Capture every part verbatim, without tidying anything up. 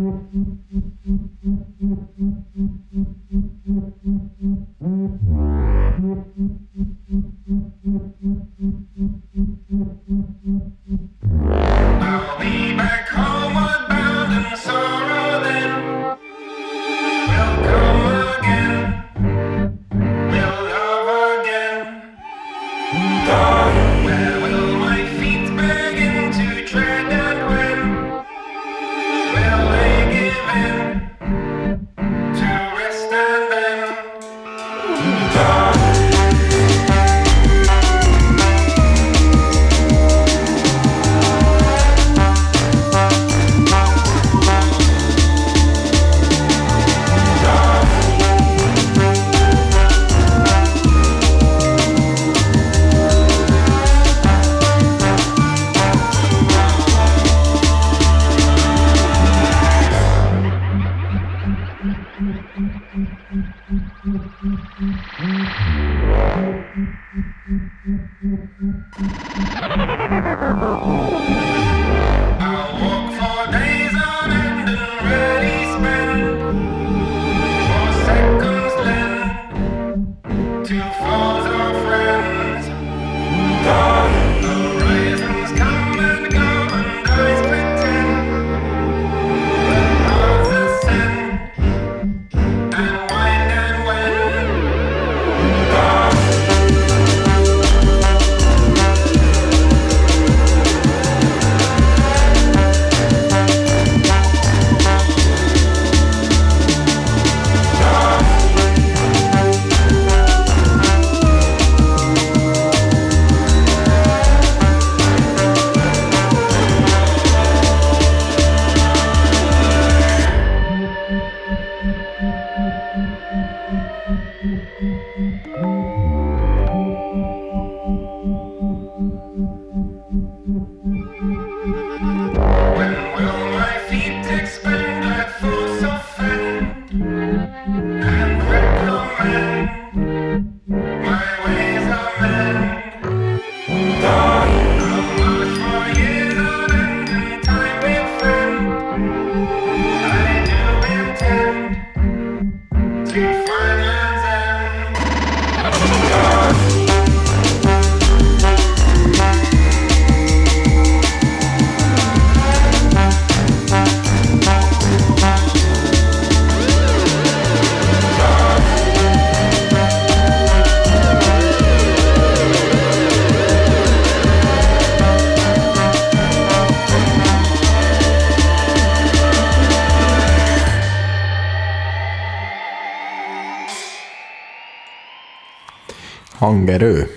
Hangerő.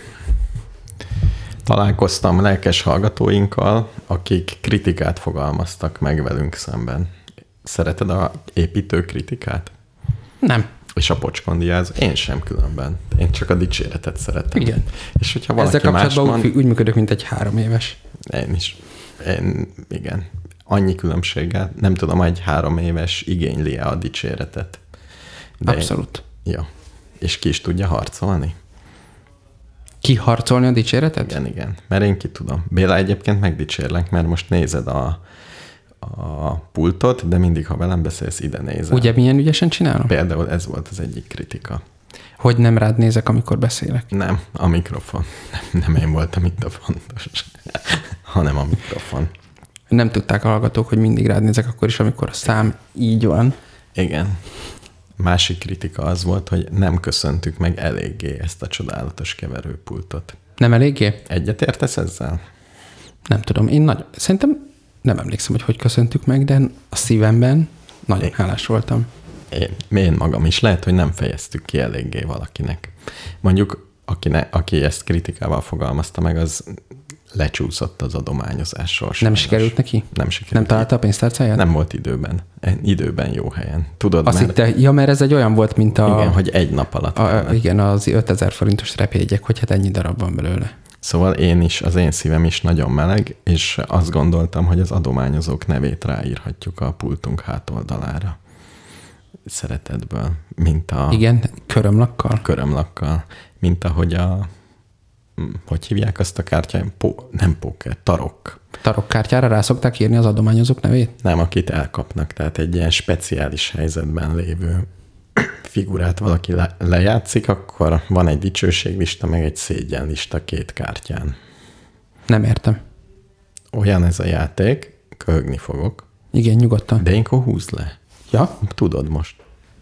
Találkoztam lelkes hallgatóinkkal, akik kritikát fogalmaztak meg velünk szemben. Szereted a építő kritikát? Nem. És a pocskondiáz? Én sem különben. Én csak a dicséretet szeretem. Igen. És hogyha valaki ezzel kapcsolatban más úgy, mond, úgy működök, mint egy három éves. Én is. Én, igen. Annyi különbséggel. Nem tudom, egy három éves igényli-e a dicséretet. De abszolút. Én, ja. És ki is tudja harcolni? Kiharcolni a dicséretet? Igen, igen. Mert én ki tudom. Béla, egyébként megdicsérlek, mert most nézed a, a pultot, de mindig, ha velem beszélsz, ide nézel. Ugye milyen ügyesen csinálom? Például ez volt az egyik kritika. Hogy nem rád nézek, amikor beszélek? Nem, a mikrofon. Nem, nem én voltam itt a fontos, hanem a mikrofon. Nem tudták a hallgatók, hogy mindig rád nézek akkor is, amikor a szám így van. Igen. Másik kritika az volt, hogy nem köszöntük meg eléggé ezt a csodálatos keverőpultot. Nem eléggé? Egyetértesz ezzel? Nem tudom. Én nagy... Szerintem nem emlékszem, hogy hogy köszöntük meg, de a szívemben nagyon hálás voltam. Én, én magam is. Lehet, hogy nem fejeztük ki eléggé valakinek. Mondjuk, aki, ne, aki ezt kritikával fogalmazta meg, az lecsúszott az adományozásról. Nem sikerült neki? Nem sikerült. Nem találta a pénztárcáját? Nem volt időben. Időben jó helyen. Tudod, azt mert... Hitte, ja, mert ez egy olyan volt, mint a... Igen, hogy egy nap alatt. A, igen, az ötezer forintos repjegyek, hogy hát ennyi darab van belőle. Szóval én is, az én szívem is nagyon meleg, és azt gondoltam, hogy az adományozók nevét ráírhatjuk a pultunk hátoldalára. Szeretetből, mint a... Igen, körömlakkal? Körömlakkal. Mint ahogy a hogy hívják azt a kártyát? Po- nem póker, tarok. Tarokkártyára rá szokták írni az adományozók nevét? Nem, akit elkapnak, tehát egy ilyen speciális helyzetben lévő figurát valaki le- lejátszik, akkor van egy dicsőséglista, meg egy szégyenlista két kártyán. Nem értem. Olyan ez a játék, köhögni fogok. Igen, nyugodtan. De ilyenkor húzd le. Ja? Tudod most.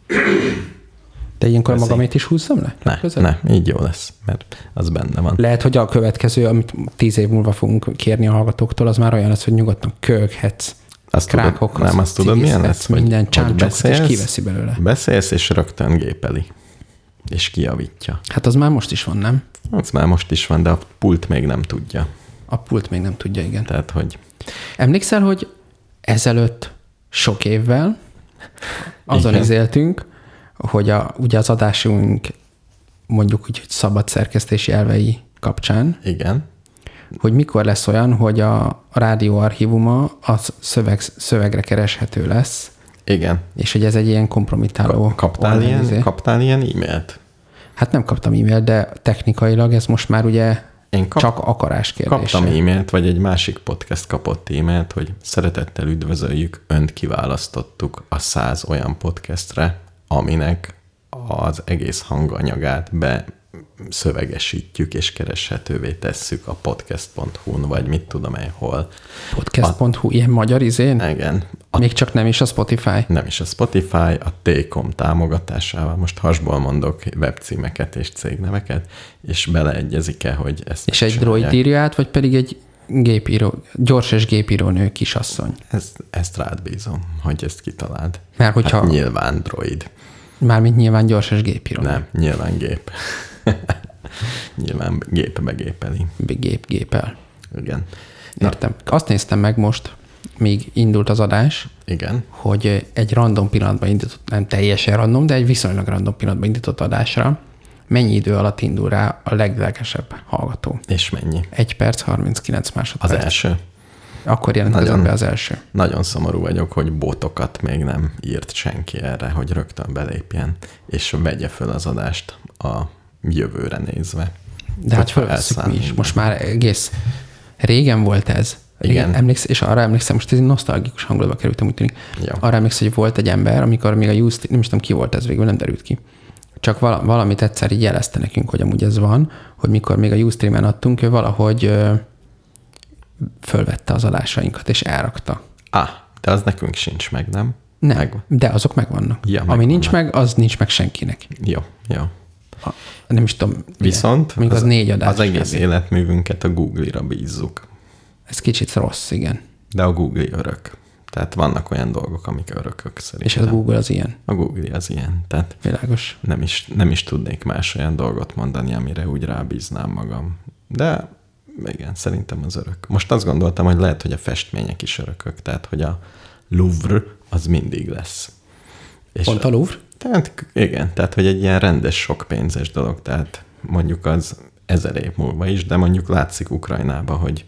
De ilyenkor Beszélj. magamét is húzzam le? Ne, Közel? ne, így jó lesz, mert az benne van. Lehet, hogy a következő, amit tíz év múlva fogunk kérni a hallgatóktól, az már olyan lesz, hogy nyugodtan köhöghetsz. Azt tudod, nem azt tudod, milyen lesz, hogy, minden hogy csáncsokat, és kiveszi belőle. Beszélsz, és rögtön gépeli. És kijavítja. Hát az már most is van, nem? Az már most is van, de a pult még nem tudja. A pult még nem tudja, igen. Tehát, hogy... Emlékszel, hogy ezelőtt sok évvel azon Igen. izéltünk, hogy a, ugye az adásunk mondjuk úgy, hogy szabad szerkesztési elvei kapcsán, Igen. hogy mikor lesz olyan, hogy a, a rádió archívuma az szöveg, szövegre kereshető lesz, Igen. és hogy ez egy ilyen kompromittáló Kaptál online izé. ilyen, kaptál ilyen e-mailt? Hát nem kaptam e-mailt, de technikailag ez most már ugye Én kap, csak akarás kérdése. kaptam e-mailt, vagy egy másik podcast kapott e-mailt, hogy szeretettel üdvözöljük, önt kiválasztottuk a száz olyan podcastre, aminek az egész hanganyagát be szövegesítjük és kereshetővé tesszük a podcast pont hu-n, vagy mit tudom én hol. podcast pont hu, ilyen magyar izén? Igen. A, Még csak nem is a Spotify. nem is a Spotify, a T-com támogatásával, most hasból mondok webcímeket és cégneveket, és beleegyezik-e, hogy ezt És egy megcsinálják. droid írja át, vagy pedig egy gépíró, gyors és gépírónő kisasszony? Ezt, ezt rád bízom, hogy ezt kitaláld. Mert hogyha, Hát nyilván droid. mármint nyilván gyors és gépírónő. Nem, nyilván gép. Nyilván gép begépeli. Gép, gépel. Igen. Értem. Azt néztem meg most, még indult az adás, Igen. hogy egy random pillanatban indított, nem teljesen random, de egy viszonylag random pillanatban indított adásra mennyi idő alatt indul rá a leglegesebb hallgató? És mennyi? egy perc, harminckilenc Az másodperc. első. Akkor jelentkezett Nagyon- be az első. Nagyon szomorú vagyok, hogy botokat még nem írt senki erre, hogy rögtön belépjen, és vegye föl az adást a jövőre nézve. De hát Hogyha felvesszük mi is. elszállunk. Most már egész régen volt ez. Régen, Igen. Emléksz, és arra emlékszem, most ez egy nosztalgikus hangulatba kerültem, úgy tűnik. Ja. Arra emlékszem, hogy volt egy ember, amikor még a Ustream, nem is tudom ki volt ez végül, nem derült ki. Csak vala, valamit egyszer így jelezte nekünk, hogy amúgy ez van, hogy mikor még a Ustreamen adtunk, ő valahogy ö, fölvette az adásainkat, és elrakta. Ah, de az nekünk sincs meg, nem? Nem, Meg. de azok megvannak. Ja, Ami megvannak. nincs meg, az nincs meg senkinek. Jó, jó. A, nem is tudom. Viszont még az, az négy adás. az egész kb. életművünket a Google-ra bízzuk. Ez kicsit rossz, igen. De a Google örök. Tehát vannak olyan dolgok, amik örökök szerintem. És a Google az ilyen. A Google az ilyen. Tehát Világos. nem is, nem is tudnék más olyan dolgot mondani, amire úgy rábíznám magam. De igen, szerintem az örök. Most azt gondoltam, hogy lehet, hogy a festmények is örökök, tehát hogy a Louvre az mindig lesz. És Pont a Louvre? Tehát igen, tehát hogy egy ilyen rendes, sok pénzes dolog, tehát mondjuk az ezer év múlva is, de mondjuk látszik Ukrajnába, hogy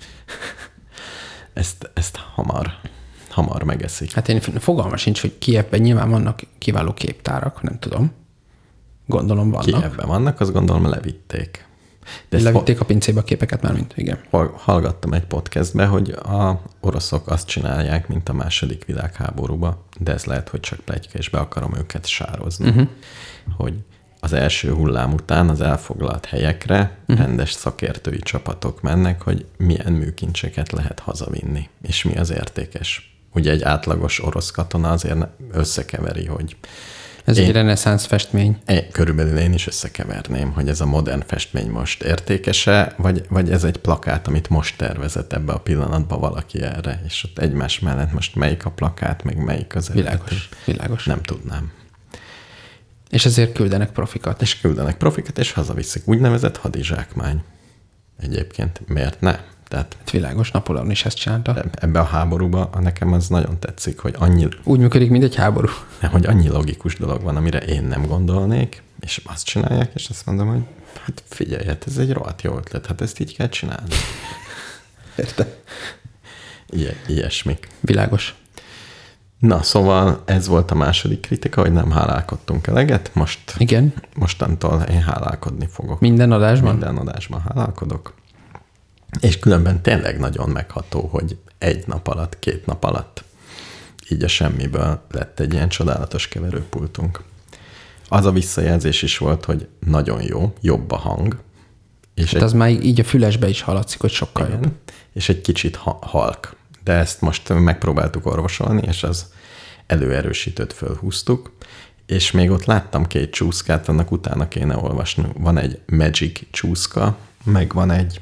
ezt, ezt hamar, hamar megeszik. Hát én fogalma sincs, hogy Kijevben nyilván vannak kiváló képtárak, nem tudom. Gondolom vannak. Kijevben vannak, azt gondolom levitték. De ezt Levitték a pincébe a képeket már, mint igen. hall- hallgattam egy podcastbe, hogy a oroszok azt csinálják, mint a második világháborúban, de ez lehet, hogy csak pletyka, és be akarom őket sározni, uh-huh. hogy az első hullám után az elfoglalt helyekre uh-huh. rendes szakértői csapatok mennek, hogy milyen műkincseket lehet hazavinni, és mi az értékes. Ugye egy átlagos orosz katona azért összekeveri, hogy Ez Én- egy reneszánsz festmény. É, körülbelül én is összekeverném, hogy ez a modern festmény most értékese, vagy, vagy ez egy plakát, amit most tervezett ebbe a pillanatban valaki erre, és ott egymás mellett most melyik a plakát, meg melyik az eredeti. Világos. Világos. Nem tudnám. És ezért küldenek profikat. És küldenek profikat, és hazaviszik. Úgynevezett hadizsákmány. Egyébként miért ne? Tehát Hát világos, Napóleon is ezt csinálta. ebbe a háborúba nekem az nagyon tetszik, hogy annyi, Úgy működik, mint egy háború. hogy annyi logikus dolog van, amire én nem gondolnék, és azt csinálják, és azt mondom, hogy hát figyelj, hát ez egy rohadt jó ötlet, hát ezt így kell csinálni. Érte. Ilyes, ilyesmik. Világos. Na, szóval ez volt a második kritika, hogy nem hálálkodtunk eleget. Most, Igen. Mostantól én hálálkodni fogok. Minden adásban? Minden adásban hálálkodok. És különben tényleg nagyon megható, hogy egy nap alatt, két nap alatt így a semmiből lett egy ilyen csodálatos keverőpultunk. Az a visszajelzés is volt, hogy nagyon jó, jobb a hang. És hát egy, az már így a fülesbe is hallatszik, hogy sokkal igen, jobb. És egy kicsit ha- halk. De ezt most megpróbáltuk orvosolni, és az előerősítőt fölhúztuk, és még ott láttam két csúszkát, annak utána kéne olvasni. Van egy Magic csúszka, meg van egy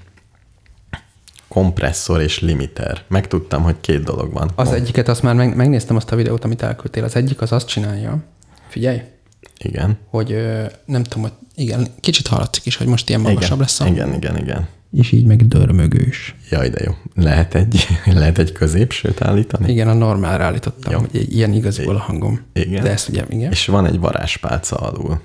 kompresszor és limiter. Megtudtam, hogy két dolog van. Az Mond. egyiket, azt már meg, megnéztem azt a videót, amit elküldtél. Az egyik az azt csinálja, figyelj, Igen. hogy ö, nem tudom, hogy igen, kicsit hallatszik is, hogy most ilyen magasabb igen, lesz a... Igen, igen, igen. És így meg dörmögős. Jaj, de jó. Lehet egy, lehet egy középsőt állítani? Igen, a normálra állítottam, jó. hogy ilyen igaziból a hangom. Igen. De ezt ugye, igen. És van egy varázspálca alul.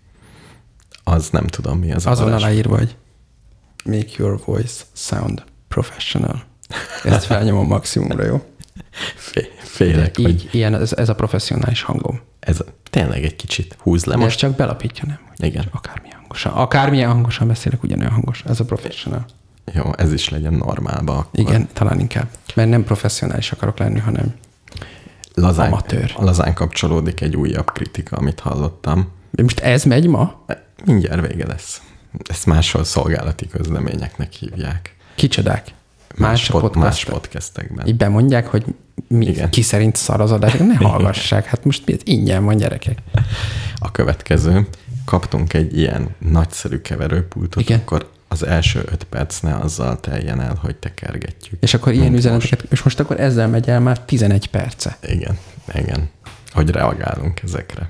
Az nem tudom, mi az a Azon varázs... aláírva, hogy make your voice sound professional. Ezt felnyomom maximumra, jó? Fé, félek, így, hogy ilyen, ez, ez a professzionális hangom. ez tényleg egy kicsit húz le De most. ez csak belapítja, nem? Hogy Igen. Akármilyen hangosan. Akármilyen hangosan beszélek, ugyanolyan hangos. Ez a professional. Jó, ez is legyen normálba akkor. Igen, talán inkább. Mert nem professzionális akarok lenni, hanem lazán, amatőr. Lazán kapcsolódik egy újabb kritika, amit hallottam. De most ez megy ma? Mindjárt vége lesz. Ezt máshol szolgálati közleményeknek hívják. Kicsodák? Más, Más, pod, podcast. más podcastekben. Így bemondják, hogy mi, Igen. ki szerint szar az adás. Ne hallgassák, hát most miért ingyen van, gyerekek. A következő, kaptunk egy ilyen nagyszerű keverőpultot, Igen. akkor az első öt perc ne azzal teljen el, hogy tekergetjük. És akkor ilyen Mint üzeneteket, és most akkor ezzel megy el már tizenegy perce. Igen, igen. Hogy reagálunk ezekre.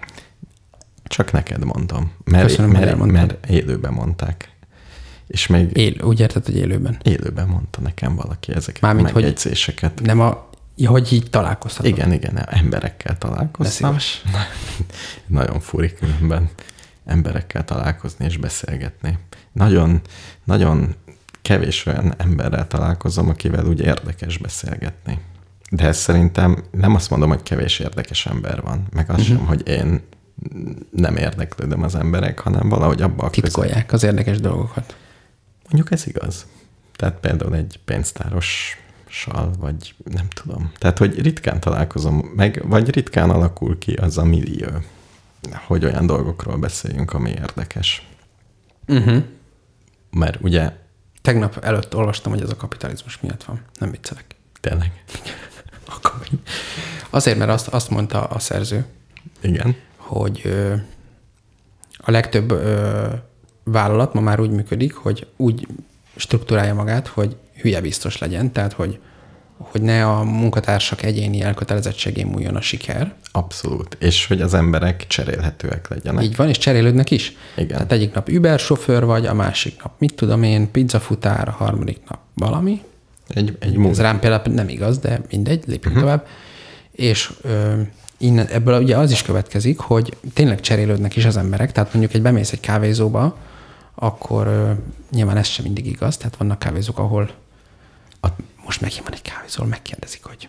Csak neked mondom. Mert, Köszönöm, hogy mert, elmondtad. mert élőben mondták. És még Él, úgy érted, hogy élőben. élőben mondta nekem valaki ezeket Mármint, a hogy- megjegyzéseket. Nem a, ja, hogy így találkoztatok. Igen, igen, emberekkel De találkoztam. szíves. Nagyon furi különben emberekkel találkozni és beszélgetni. Nagyon, nagyon kevés olyan emberrel találkozom, akivel úgy érdekes beszélgetni. De ez szerintem nem azt mondom, hogy kevés érdekes ember van, meg az uh-huh. sem, hogy én nem érdeklődöm az emberek, hanem valahogy abba a között. Titkolják az érdekes dolgokat. Mondjuk ez igaz. Tehát például egy pénztárossal, vagy nem tudom. Tehát, hogy ritkán találkozom meg, vagy ritkán alakul ki az a millió, hogy olyan dolgokról beszéljünk, ami érdekes. Uh-huh. Mert ugye Tegnap előtt olvastam, hogy ez a kapitalizmus miatt van. Nem viccelek. tényleg, Azért, mert azt, azt mondta a szerző, igen, hogy ö, a legtöbb ö, vállalat ma már úgy működik, hogy úgy struktúrálja magát, hogy hülye biztos legyen, tehát hogy, hogy ne a munkatársak egyéni elkötelezettségén múljon a siker. abszolút. És hogy az emberek cserélhetőek legyenek. Így van, és cserélődnek is. Igen. Tehát egyik nap Uber sofőr vagy, a másik nap mit tudom én, pizzafutár, a harmadik nap valami. Egy, egy Ez munka. rám például nem igaz, de mindegy, lépjünk uh-huh. tovább. És ö, innen, ebből ugye az is következik, hogy tényleg cserélődnek is az emberek, tehát mondjuk egy bemész egy kávézóba, akkor ö, nyilván ez sem mindig igaz, tehát vannak kávézók, ahol A, most megint van egy kávézó, megkérdezik, hogy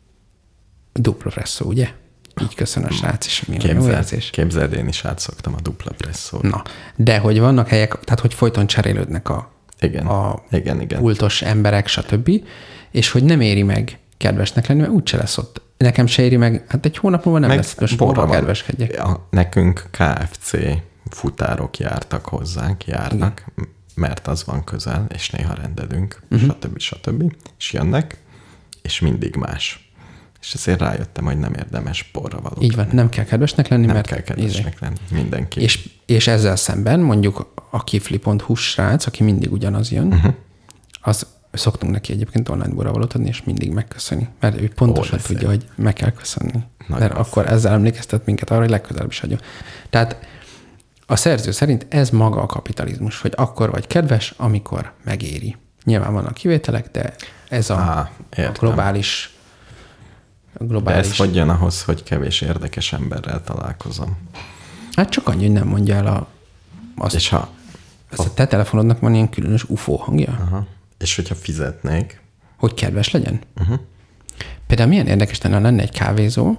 dupla presszó, ugye? Így köszön a srác, és mi a jó képzeld, érzés. képzeld, én is átszoktam a dupla presszót. Na, de hogy vannak helyek, tehát hogy folyton cserélődnek a, Igen, a igen, igen. pultos emberek, stb., és hogy nem éri meg kedvesnek lenni, mert úgyse lesz ott. Nekem se éri meg, hát egy hónap múlva nem Meg lesz, most borra borra van. kedveskedjek. A, nekünk ká ef cé futárok jártak hozzánk, járnak, igen. Mert az van közel, és néha rendelünk, uh-huh. stb. stb. És jönnek, és mindig más. És ezért rájöttem, hogy nem érdemes borra való. Így van, nem kell kedvesnek lenni, Nem mert kell kedvesnek lenni, mindenki. És, és ezzel szemben mondjuk a kifli pont hu srác, aki mindig ugyanaz jön, uh-huh. az szoktunk neki egyébként online borravalót adni, és mindig megköszöni. Mert ő pontosan Ó, tudja, hogy meg kell köszönni. Nagyon Mert akkor ezzel emlékeztet minket arra, hogy legközelebb is adjon. Tehát a szerző szerint ez maga a kapitalizmus, hogy akkor vagy kedves, amikor megéri. Nyilván vannak kivételek, de ez a, Á, a globális... A De globális... ez hogy jön ahhoz, hogy kevés érdekes emberrel találkozom? Hát csak annyi, hogy nem mondja el a... Azt, És ha... Ez a te telefonodnak van ilyen különös ufó hangja? Aha. És hogyha fizetnék, Hogy kedves legyen? uh-huh. Például milyen érdekes lenne, lenne egy kávézó,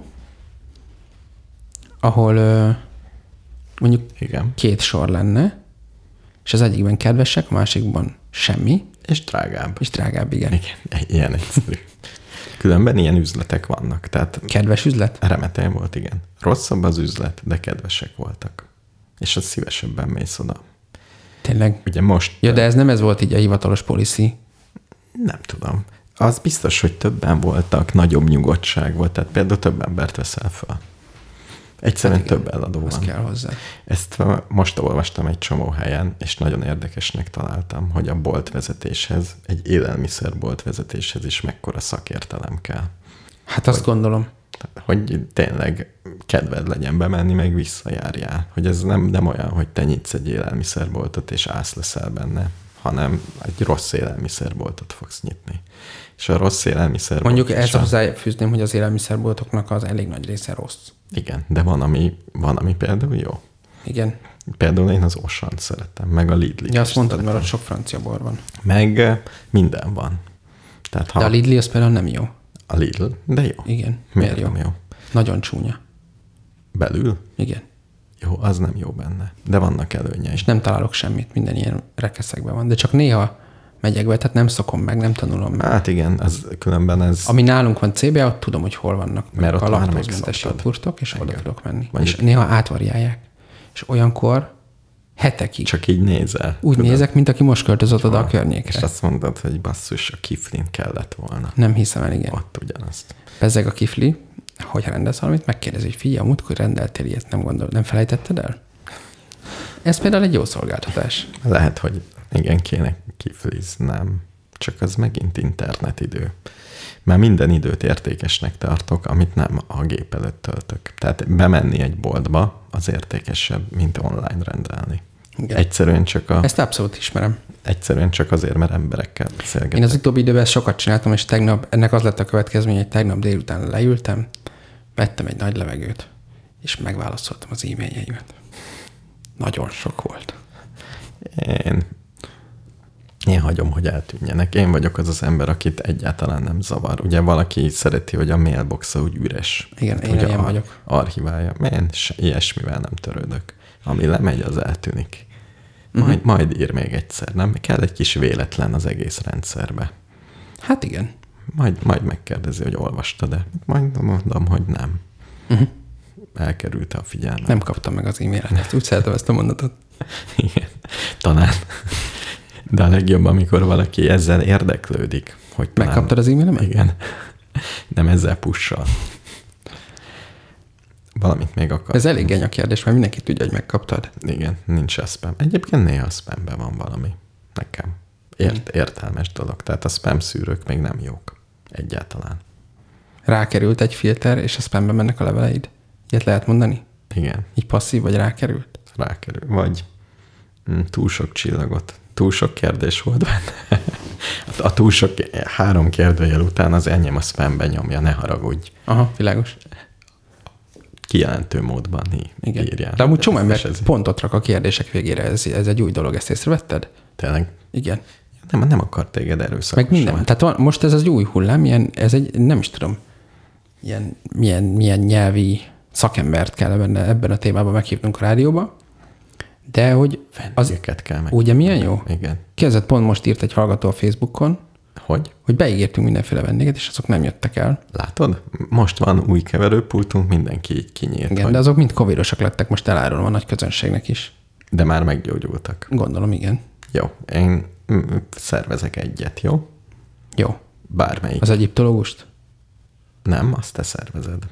ahol ö, mondjuk Igen. két sor lenne, és az egyikben kedvesek, a másikban semmi. És drágább. És drágább, igen. Igen, ilyen egyszerű. Különben ilyen üzletek vannak. Tehát Kedves üzlet? remetén volt, igen. Rosszabb az üzlet, de kedvesek voltak. És az szívesebben mész oda. Tényleg? Ugye most... Ja, de ez nem ez volt így a hivatalos policy. Nem tudom. Az biztos, hogy többen voltak, nagyobb nyugodtság volt, tehát például több embert veszel fel. Egyszerűen hát több eladó az van. kell hozzá. Ezt most olvastam egy csomó helyen, és nagyon érdekesnek találtam, hogy a boltvezetéshez, egy élelmiszerbolt vezetéshez is mekkora szakértelem kell. Hát azt hogy, gondolom. Hogy tényleg kedved legyen bemenni, meg visszajárjál. Hogy ez nem, nem olyan, hogy te nyitsz egy élelmiszerboltot, és ász leszel benne, hanem egy rossz élelmiszerboltot fogsz nyitni. És a rossz élelmiszerbolt... Mondjuk ezt hozzáfűzném, hogy az élelmiszerboltoknak az elég nagy része rossz. Igen, de van, ami, van, ami például jó. Igen. Például én az Auchan-t szeretem, meg a Lidl-t. Ja, azt mondtad, szeretem. Mert ott sok francia bor van. Meg minden van. Tehát, ha de a Lidl az például nem jó. A Lidl, de jó. Igen. Miért jó? jó? Nagyon csúnya. Belül? Igen. Jó, az nem jó benne. De vannak előnyei. És nem találok semmit, minden ilyen rekeszekben van. De csak néha megyek be, tehát nem szokom meg, nem tanulom meg. Hát igen, az különben ez... Ami nálunk van cé bé, ott tudom, hogy hol vannak. Mert ott a laktózmentes jogurtok, és igen. oda tudok menni. Mondjuk. És néha átvariálják. És olyankor hetekig. Csak így nézel. Úgy tudod? Nézek, mint aki most költözött oda a környékre. És azt mondod, hogy basszus, a kiflin kellett volna. Nem hiszem el, igen. Ott ugyanazt. Bezzeg a kifli, hogy rendelsz valamit, megkérdezi, hogy figyelj, a múltkor rendeltél ilyet, nem gondol, nem felejtetted el? Ez például egy jó szolgáltatás. Lehet, hogy igen, kéne kifliznem. Csak az megint internetidő. Már minden időt értékesnek tartok, amit nem a gép előtt töltök. Tehát bemenni egy boltba az értékesebb, mint online rendelni. Igen. Egyszerűen csak a... Ezt abszolút ismerem. Egyszerűen csak azért, mert emberekkel beszélgetek. Én az utóbbi időben ezt sokat csináltam, és tegnap, ennek az lett a következmény, hogy tegnap délután leültem, vettem egy nagy levegőt, és megválaszoltam az e-mailjeimet. Nagyon sok volt. Én... Én hagyom, hogy eltűnjenek. Én vagyok az az ember, akit egyáltalán nem zavar. Ugye valaki szereti, hogy a mailboxa úgy üres. Igen, én ilyen a, vagyok. Archiválja. Én ilyesmivel nem törődök. Ami lemegy, az eltűnik. Majd, uh-huh. majd ír még egyszer. Nem kell egy kis véletlen az egész rendszerbe. Hát igen. Majd, majd megkérdezi, hogy olvastad-e. Majd mondom, hogy nem. Uh-huh. Elkerülte a figyelmet. Nem kaptam meg az e-mailet. Úgy szeretem ezt a mondatot. Igen. Talán. De a legjobb, amikor valaki ezzel érdeklődik. Hogy megkaptad talán... az e-mailemet? Igen. Nem ezzel pussal. Valamit még akar. Ez elég genya kérdés, mert mindenki tudja, hogy megkaptad. Igen, nincs a spam. Egyébként néha a spamben van valami. Nekem. Ért, értelmes dolog. Tehát a spam szűrők még nem jók. Egyáltalán. Rákerült egy filter, és a spamben mennek a leveleid? Ilyet lehet mondani? Igen. Így passzív, vagy rákerült? Rákerül. Vagy mm, túl sok csillagot. Túl sok kérdés volt benne. A túl sok, három kérdőjel után az enyém a spamben nyomja, ne haragudj. Aha, világos. Kijelentő módban igen. írják. De amúgy csomó ember pontot rak a kérdések végére, ez, ez egy új dolog, ezt észrevetted? Tényleg? Igen. Nem, nem akar téged erőszakosan. Meg minden. Tehát van, most ez az új hullám, ilyen, ez egy, nem is tudom, ilyen, milyen, milyen nyelvi szakembert kell ebben, ebben a témában meghívnunk a rádióba, de hogy az, kell meg. Ugye milyen jó? Igen. Kezdett pont most írt egy hallgató a Facebookon, hogy? Hogy beígértünk mindenféle vendéget, és azok nem jöttek el. Látod? Most van új keverőpultunk, mindenki így kinyílt. Igen, hogy... de azok mind covidosak lettek, most elárulva a nagy közönségnek is. De már meggyógyultak. Gondolom, igen. Jó, én szervezek egyet, jó? Jó. Bármelyik. Az egyiptológust? Nem, azt te szervezed.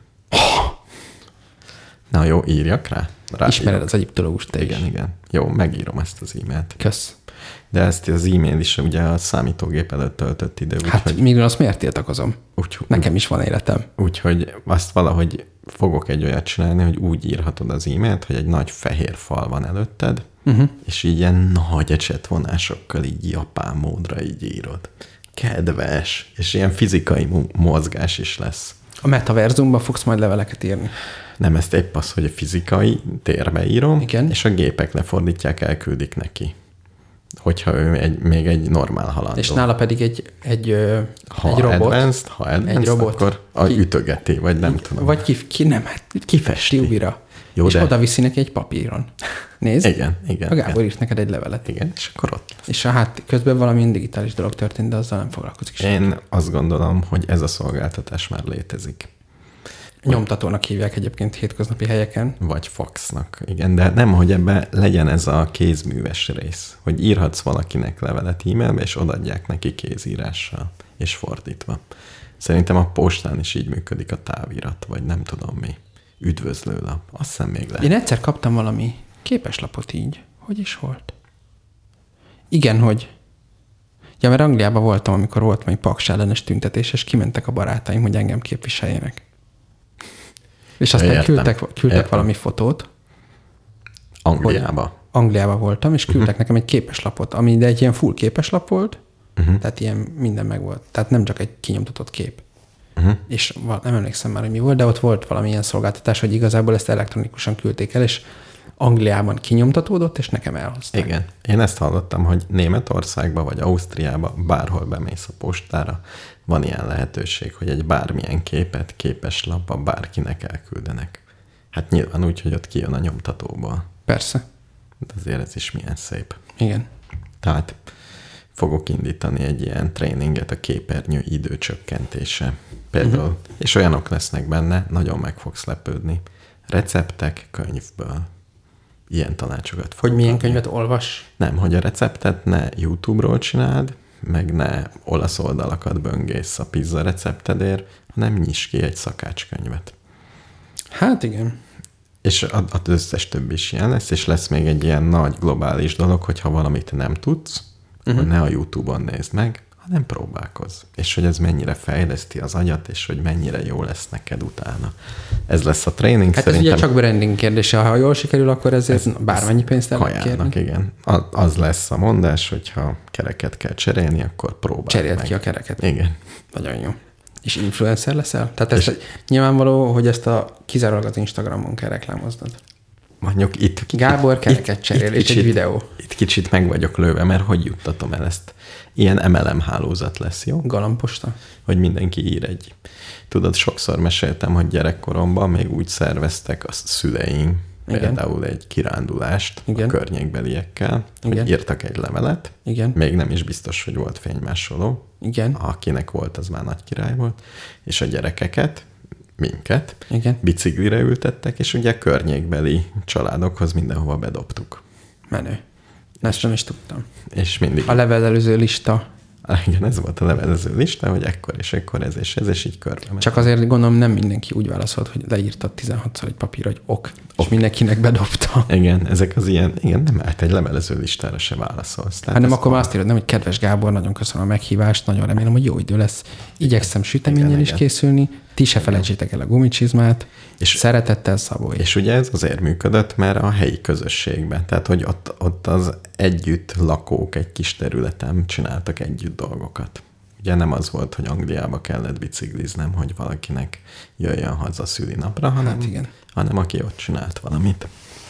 Na jó, írjak rá. rá Ismered írok. Az egyiptológust te igen, is. Igen, Jó, megírom ezt az e-mailt. Kösz. De ezt az e-mail is ugye a számítógép előtt töltött idő. Úgy, hát hogy... még azt miért tiltakozom? Úgy, Nekem is van életem. Úgyhogy azt valahogy fogok egy olyat csinálni, hogy úgy írhatod az e-mailt, hogy egy nagy fehér fal van előtted, uh-huh. és így ilyen nagy ecsetvonásokkal így japán módra így írod. Kedves, és ilyen fizikai mozgás is lesz. A metaverzumban fogsz majd leveleket írni. Nem, ezt épp az, hogy a fizikai térbe írom, igen. és a gépek lefordítják, elküldik neki. hogyha ő egy, még egy normál halandó. És nála pedig egy, egy, ha egy robot. Advanced, ha advanced, egy robot, akkor a ki, ütögeti, vagy nem tudom. Vagy ki, ki nem, hát kifesti újra. Jó, és de... oda viszi neki egy papíron. Nézd. Igen, igen. A Gábor igen. írt neked egy levelet. Igen, és akkor ott lesz. És a hát közben valamilyen digitális dolog történt, de azzal nem foglalkozik Én senki. Azt gondolom, hogy ez a szolgáltatás már létezik. Nyomtatónak hívják egyébként hétköznapi helyeken. Vagy faxnak, igen, de nem, hogy ebbe legyen ez a kézműves rész, hogy írhatsz valakinek levelet e-mailbe, és odaadják neki kézírással, és fordítva. Szerintem a postán is így működik a távirat, vagy nem tudom mi. Üdvözlőlap. Azt hiszem még lehet. Én egyszer kaptam valami képeslapot így. Hogy is volt? Igen, hogy... Ja, mert Angliában voltam, amikor volt majd Paks ellenes tüntetés, és kimentek a barátaim, hogy engem képviseljenek. És aztán Értem. küldtek, küldtek Értem. valami fotót. Angliába? Angliába voltam, és küldtek uh-huh. nekem egy képeslapot, ami de egy ilyen full képeslap volt, uh-huh. tehát ilyen minden meg volt. Tehát nem csak egy kinyomtatott kép. Uh-huh. És nem emlékszem már, hogy mi volt, de ott volt valamilyen szolgáltatás, hogy igazából ezt elektronikusan küldték el, és Angliában kinyomtatódott, és nekem elhozták. Igen. Én ezt hallottam, hogy Németországba vagy Ausztriába bárhol bemész a postára, van ilyen lehetőség, hogy egy bármilyen képet képeslapba bárkinek elküldenek. Hát nyilván úgy, hogy ott kijön a nyomtatóból. Persze. De azért ez is milyen szép. Igen. Tehát fogok indítani egy ilyen tréninget a képernyő időcsökkentése. Például, uh-huh. és olyanok lesznek benne, nagyon meg fogsz lepődni. Receptek könyvből. Ilyen tanácsokat. Hogy milyen könyvet olvas? Nem, hogy a receptet ne YouTube-ról csináld, meg ne olasz oldalakat böngész a pizza receptedért, hanem nyisd ki egy szakácskönyvet. Hát igen. És az összes többi is ilyen lesz, és lesz még egy ilyen nagy globális dolog, hogyha valamit nem tudsz, uh-huh. ne a YouTube-on nézd meg, hanem próbálkozz. És hogy ez mennyire fejleszti az agyat, és hogy mennyire jó lesz neked utána. Ez lesz a tréning. Hát szerintem... ez ugye csak branding kérdése. Ha jól sikerül, akkor ezért ez, bármennyi pénzt el lehet kérni. Igen. Az lesz a mondás, hogyha kereket kell cserélni, akkor próbáld Cseréld meg. ki a kereket. Igen. Nagyon jó. És influencer leszel? Tehát ez nyilvánvaló, hogy ezt a kizárólag az Instagramon kell reklámoznod. Mondjuk itt... Gábor kereket itt, cserél, itt és kicsit, egy videó. Itt kicsit meg vagyok lőve, mert hogy juttatom el ezt? Ilyen em el em hálózat lesz, jó? Galamposta. Hogy mindenki ír egy. Tudod, sokszor meséltem, hogy gyerekkoromban még úgy szerveztek a szüleim, igen. például egy kirándulást igen. a környékbeliekkel, igen. hogy írtak egy levelet. Igen. Még nem is biztos, hogy volt fénymásoló. Igen. Akinek volt, az már nagy király volt. És a gyerekeket, minket, igen. biciklire ültettek, és ugye környékbeli családokhoz mindenhova bedobtuk. Menő. Ezt nem is tudtam. És mindig... A levelező lista. Igen, ez volt a levelező lista, hogy ekkor és ekkor ez és ez, és így körbe megy. Csak azért gondolom nem mindenki úgy válaszolt, hogy leírta tizenhatszor egy papírra, hogy ok, ok, és mindenkinek bedobta. Igen, ezek az ilyen, igen, nem, hát egy levelező listára se válaszolsz. Tehát hát nem, akkor már azt írod, nem, hogy kedves Gábor, nagyon köszönöm a meghívást, nagyon remélem, hogy jó idő lesz. Igyekszem süteményen is igen. készülni, ti se felejtsétek el a gumicsizmát, és szeretettel Szabolcs. És ugye ez azért működött, mert a helyi közösségben, tehát hogy ott, ott az együtt lakók egy kis területen csináltak együtt dolgokat. Ugye nem az volt, hogy Angliába kellett bicikliznem, hogy valakinek jöjjön haza szülinapra, hanem, hát igen. hanem aki ott csinált valamit.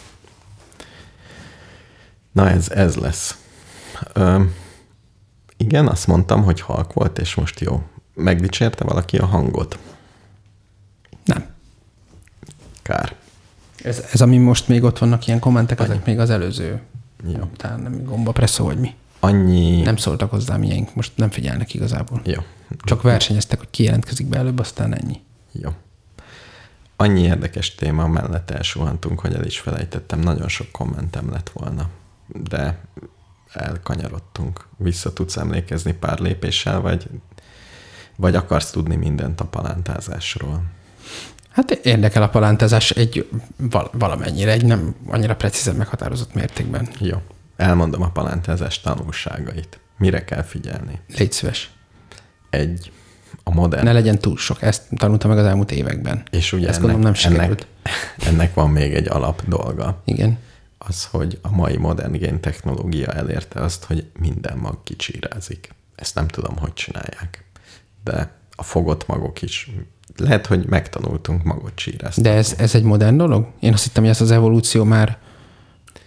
Na ez, ez lesz. Ö, igen, azt mondtam, hogy halk volt, és most jó. Megdicsérte valaki a hangot? Nem. Kár. Ez, ez ami most még ott vannak ilyen kommentek, Annyi. ezek még az előző. Jó. Talán nem gomba presszó, vagy mi. Annyi... Nem szóltak hozzám ilyenk, most nem figyelnek igazából. Jó. Csak versenyeztek, hogy ki jelentkezik be előbb, aztán ennyi. Jó. Annyi érdekes téma mellett elsuhantunk, hogy el is felejtettem. Nagyon sok kommentem lett volna, de elkanyarodtunk. Vissza tudsz emlékezni pár lépéssel, vagy, vagy akarsz tudni mindent a palántázásról? Hát érdekel a palántázás egy val- valamennyire, egy nem annyira precízen meghatározott mértékben. Jó. Elmondom a palántázás tanulságait. Mire kell figyelni? Légy szíves. Egy, a modern... Ne legyen túl sok. Ezt tanultam meg az elmúlt években. És ugye ezt ennek, gondolom nem sikerült. Ennek, ennek van még egy alap dolga. Igen. Az, hogy a mai modern géntechnológia elérte azt, hogy minden mag kicsírázik. Ezt nem tudom, hogy csinálják. De a fogott magok is... Lehet, hogy megtanultunk magot csírázni. De ez, ez egy modern dolog? Én azt hittem, hogy ez az evolúció már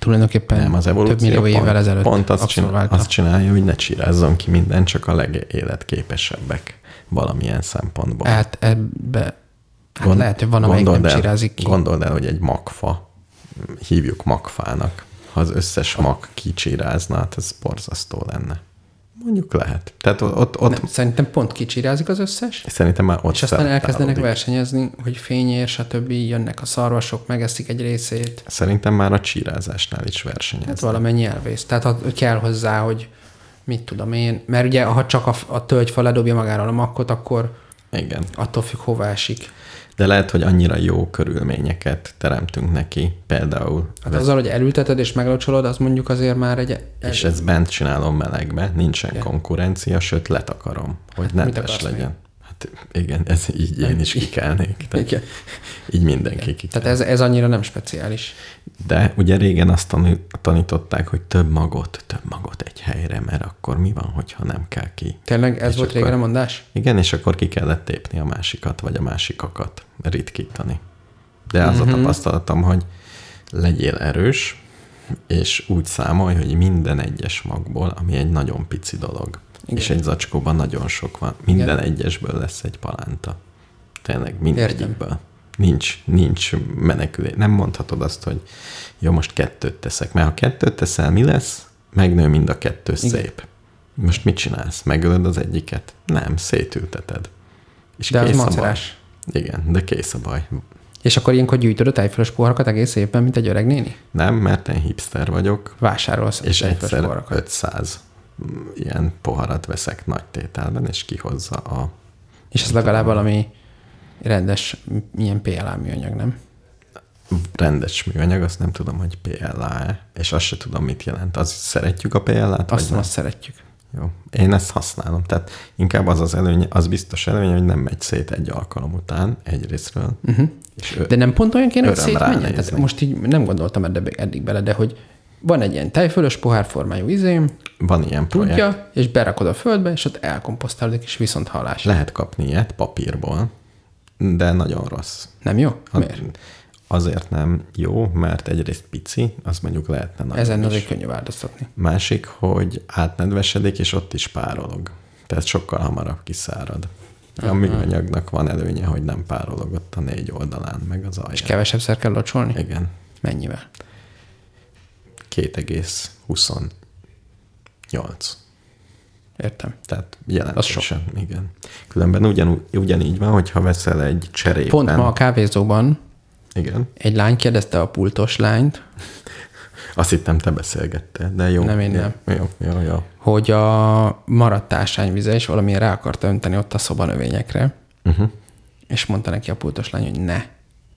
tulajdonképpen nem, az evolúció több millió pont, évvel ezelőtt pont azt, csinál, azt csinálja, hogy ne csirázzon ki minden, csak a legéletképesebbek valamilyen szempontból. Hát ebbe hát Gond, lehet, hogy van, amelyik nem el, csirázik ki. Gondold el, hogy egy magfa, hívjuk magfának, ha az összes mag kicsirázna, hát ez borzasztó lenne. Mondjuk lehet. Tehát ott, ott nem, szerintem pont kicsirázik az összes. Szerintem már ott és aztán elkezdenek szelektálódik. versenyezni, hogy fényér, stb. Jönnek a szarvasok, megeszik egy részét. Szerintem már a csírázásnál is versenyeznek. Hát valamennyi elvész. Tehát ha kell hozzá, hogy mit tudom én, mert ugye ha csak a, a tölgyfa ledobja magáról a makkot, akkor igen. attól függ, hova esik. De lehet, hogy annyira jó körülményeket teremtünk neki, például. Hát vesz... azzal, hogy elülteted és meglocsolod, az mondjuk azért már egy... És ezt bent csinálom melegbe, nincsen igen. konkurencia, sőt letakarom, hogy hát nedves legyen. Még? Hát igen, ez így én is kikelnék. Igen. Így mindenki kikel. Tehát ez, ez annyira nem speciális. De ugye régen azt tanították, hogy több magot, több magot egy helyre, mert akkor mi van, hogyha nem kell ki. Tényleg ez és volt régen a mondás? Igen, és akkor ki kellett tépni a másikat, vagy a másikakat, ritkítani. De az uh-huh. a tapasztalatom, hogy legyél erős, és úgy számolj, hogy minden egyes magból, ami egy nagyon pici dolog, igen. és egy zacskóban nagyon sok van, minden igen. egyesből lesz egy palánta. Tényleg mindegyikből. Nincs, nincs menekülés. Nem mondhatod azt, hogy jó, most kettőt teszek. Mert ha kettőt teszel, mi lesz? Megnő mind a kettő igen. szép. Most mit csinálsz? Megölöd az egyiket? Nem, szétülteted. És de kész az a macerás. baj. Igen, de kész a baj. És akkor ilyenkor gyűjtöd a tejfölös poharakat egész évben, mint egy öreg néni? Nem, mert én hipster vagyok. Vásárolsz és egyszer poharakat. ötszáz ilyen poharat veszek nagy tételben, és kihozza a... És ez legalább valami rendes, milyen pé el á műanyag, nem? Rendes műanyag, azt nem tudom, hogy pé el á-e, és azt se tudom, mit jelent. Az szeretjük a pé el á-t? Azt nem, azt szeretjük. Jó. Én ezt használom. Tehát inkább az az előnye, az biztos előnye, hogy nem megy szét egy alkalom után, egyrésztről. Uh-huh. És de nem pont olyan kéne, hogy szétmenjen? Tehát most így nem gondoltam eddig, eddig bele, de hogy van egy ilyen tejfölös pohárformájú izém, van ilyen projekt. Tudja, és berakod a földbe, és ott elkomposztálódik, és viszont hallás. Lehet kapni ilyet papírból, de nagyon rossz. Nem jó? Miért? Azért nem jó, mert egyrészt pici, az mondjuk lehetne nagyon ezen is. azért könnyű változtatni. Másik, hogy átnedvesedik, és ott is párolog. Tehát sokkal hamarabb kiszárad. Uh-huh. A műanyagnak van előnye, hogy nem párolog ott a négy oldalán, meg az alján. És kevesebbszer kell locsolni? Igen. Mennyivel? két egész huszonnyolc. Értem. Tehát jelentősen, igen. Különben ugyan, ugyanígy van, hogyha veszel egy cserében. Pont ma a kávézóban igen. egy lány kérdezte a pultos lányt. Azt hittem, te beszélgettél, de jó. Nem, én nem. Jó, jó, jó. Hogy a maradt ásványvize is valamilyen rá akarta önteni ott a szobanövényekre. Uh-huh. És mondta neki a pultos lány, hogy ne.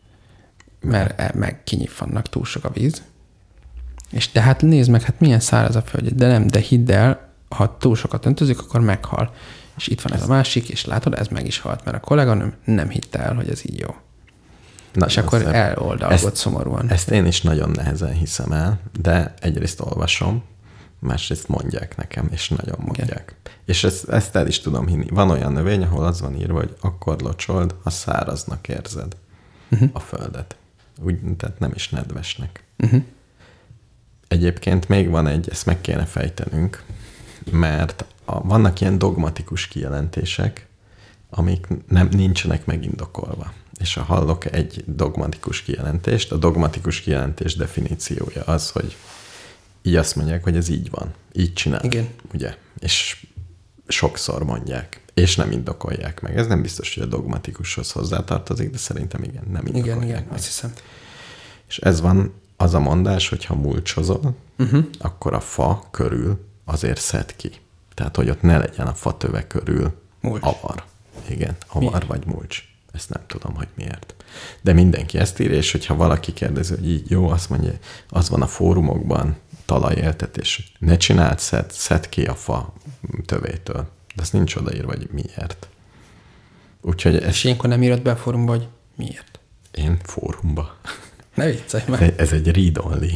Mert e, meg kinyitvannak, túl sok a víz. És de hát nézd meg, hát milyen száraz a föld. De nem, de hidd el, ha túl sokat öntözik, akkor meghal. És itt van ez a másik, és látod, ez meg is halt, mert a kolléganőm nem hitte el, hogy ez így jó. Na, és akkor eloldalgott szomorúan. Ezt én is nagyon nehezen hiszem el, de egyrészt olvasom, másrészt mondják nekem, és nagyon mondják. Igen. És ezt, ezt el is tudom hinni. Van olyan növény, ahol az van írva, hogy akkor locsold, ha száraznak érzed uh-huh. a földet. Úgy, tehát nem is nedvesnek. Uh-huh. Egyébként még van egy, ezt meg kéne fejtenünk, mert a, vannak ilyen dogmatikus kijelentések, amik nem, nincsenek megindokolva. És ha hallok egy dogmatikus kijelentést, a dogmatikus kijelentés definíciója az, hogy így azt mondják, hogy ez így van, így csinál. Igen. Ugye? És sokszor mondják, és nem indokolják meg. Ez nem biztos, hogy a dogmatikushoz hozzátartozik, de szerintem igen, nem indokolják igen, igen, meg. azt hiszem. És ez van az a mondás, hogy ha mulcsozol, uh-huh. akkor a fa körül azért szed ki. Tehát, hogy ott ne legyen a fa töve körül mulcs. Avar. Igen, avar miért? Vagy mulcs. Ezt nem tudom, hogy miért. De mindenki ezt írja, és hogyha valaki kérdezi, hogy így jó, azt mondja, az van a fórumokban, talajéltetés, ne csináld, szed, szed ki a fa tövétől. De ezt nincs odaírva, hogy miért. Úgyhogy ez... És ilyenkor nem írod be a fórumba, hogy miért? Én fórumba. Ne viccelj már. Ez egy read-only.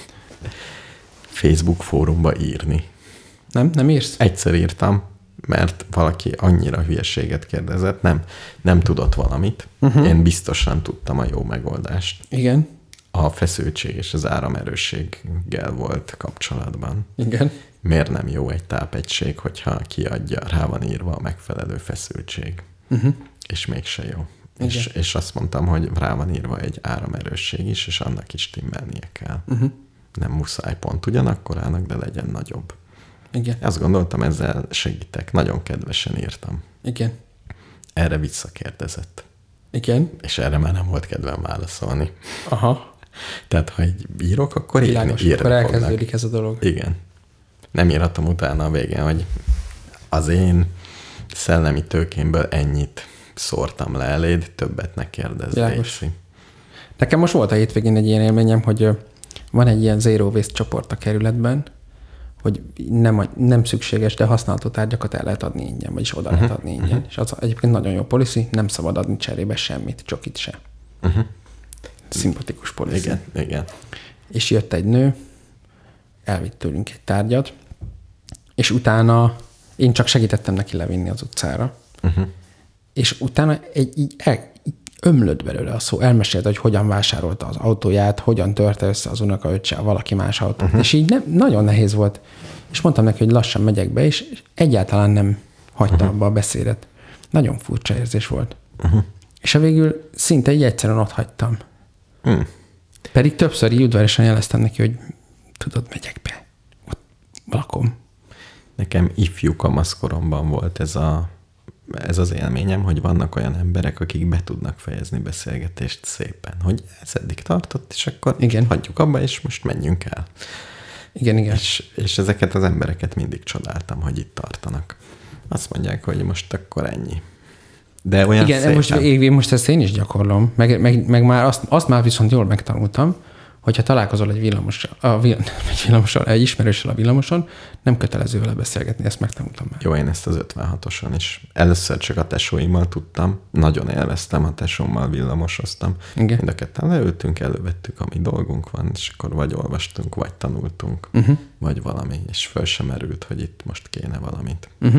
Facebook fórumba írni. Nem? Nem írsz? Egyszer írtam, mert valaki annyira hülyeséget kérdezett, nem, nem tudott valamit. Uh-huh. Én biztosan tudtam a jó megoldást. Igen. a feszültség és az áramerősséggel volt kapcsolatban. Igen. Miért nem jó egy tápegység, hogyha kiadja, rá van írva a megfelelő feszültség. Uh-huh. És mégse jó. És, és azt mondtam, hogy rá van írva egy áramerősség is, és annak is timmelnie kell. Uh-huh. Nem muszáj pont ugyanakkorának, de legyen nagyobb. Igen. Azt gondoltam, ezzel segítek. Nagyon kedvesen írtam. Igen. Erre visszakérdezett. Igen. És erre már nem volt kedvem válaszolni. Aha. Tehát, ha egy írok, akkor Világos, írni, akkor elkezdődik ez a dolog. Igen. Nem írhatom utána a végén, hogy az én szellemi tőkémből ennyit szórtam le eléd, többet ne kérdezz. Nekem most volt a hétvégén egy ilyen élményem, hogy van egy ilyen zero waste csoport a kerületben, hogy nem, nem szükséges, de használható tárgyakat el lehet adni ingyen, vagyis oda uh-huh. lehet adni ingyen. Uh-huh. És az egyébként nagyon jó policy, nem szabad adni cserébe semmit, csokit se. Uh-huh. Szimpatikus policy. Igen, igen. És jött egy nő, elvitt tőlünk egy tárgyat, és utána én csak segítettem neki levinni az utcára, uh-huh. és utána egy, így, el, így ömlött belőle a szó, elmesélte, hogy hogyan vásárolta az autóját, hogyan törte össze az unokaöccse valaki más autót, uh-huh. és így nem, nagyon nehéz volt. És mondtam neki, hogy lassan megyek be, és egyáltalán nem hagyta uh-huh. abba a beszédet. Nagyon furcsa érzés volt. Uh-huh. És a végül szinte így egyszerűen ott hagytam. Uh-huh. Pedig többször így udvariasan jeleztem neki, hogy tudod, megyek be. Ott lakom. Nekem ifjú kamaszkoromban volt ez, a, ez az élményem, hogy vannak olyan emberek, akik be tudnak fejezni beszélgetést szépen. Hogy ez eddig tartott, és akkor igen. hagyjuk abba, és most menjünk el. Igen, igen. És, és ezeket az embereket mindig csodáltam, hogy itt tartanak. Azt mondják, hogy most akkor ennyi. De olyan igen, szépen. most, én most ezt én is gyakorlom. Meg, meg, meg már azt, azt már viszont jól megtanultam, hogyha találkozol egy villamossal, a vill- egy villamossal, egy ismerőssel a villamoson, nem kötelező vele beszélgetni, ezt megtanultam már. Jó, én ezt az ötvenhatoson is. Először csak a tesóimmal tudtam, nagyon élveztem, a tesómmal villamosoztam. Igen. Mind a ketten leültünk, elővettük, ami dolgunk van, és akkor vagy olvastunk, vagy tanultunk, uh-huh. vagy valami, és föl sem merült, hogy itt most kéne valamit. Uh-huh.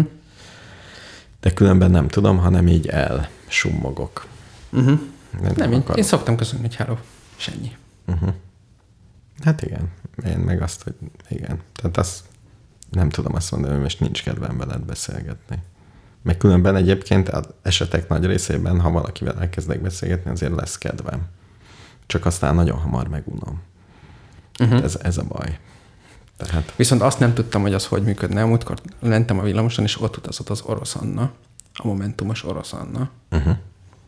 De különben nem tudom, hanem így elsummogok. Uh-huh. Nem, nem én, én szoktam köszönni, hogy hello, és ennyi. Uh-huh. Hát igen, én meg azt, hogy igen. Tehát azt nem tudom azt mondani, hogy most nincs kedvem veled beszélgetni. Meg különben egyébként az esetek nagy részében, ha valakivel elkezdek beszélgetni, azért lesz kedvem. Csak aztán nagyon hamar megunom. Uh-huh. Ez, ez a baj. Tehát... Viszont azt nem tudtam, hogy az hogy működne. Múltkor lentem a villamoson, és ott utazott az orosz Anna, a momentumos orosz Anna. Uh-huh.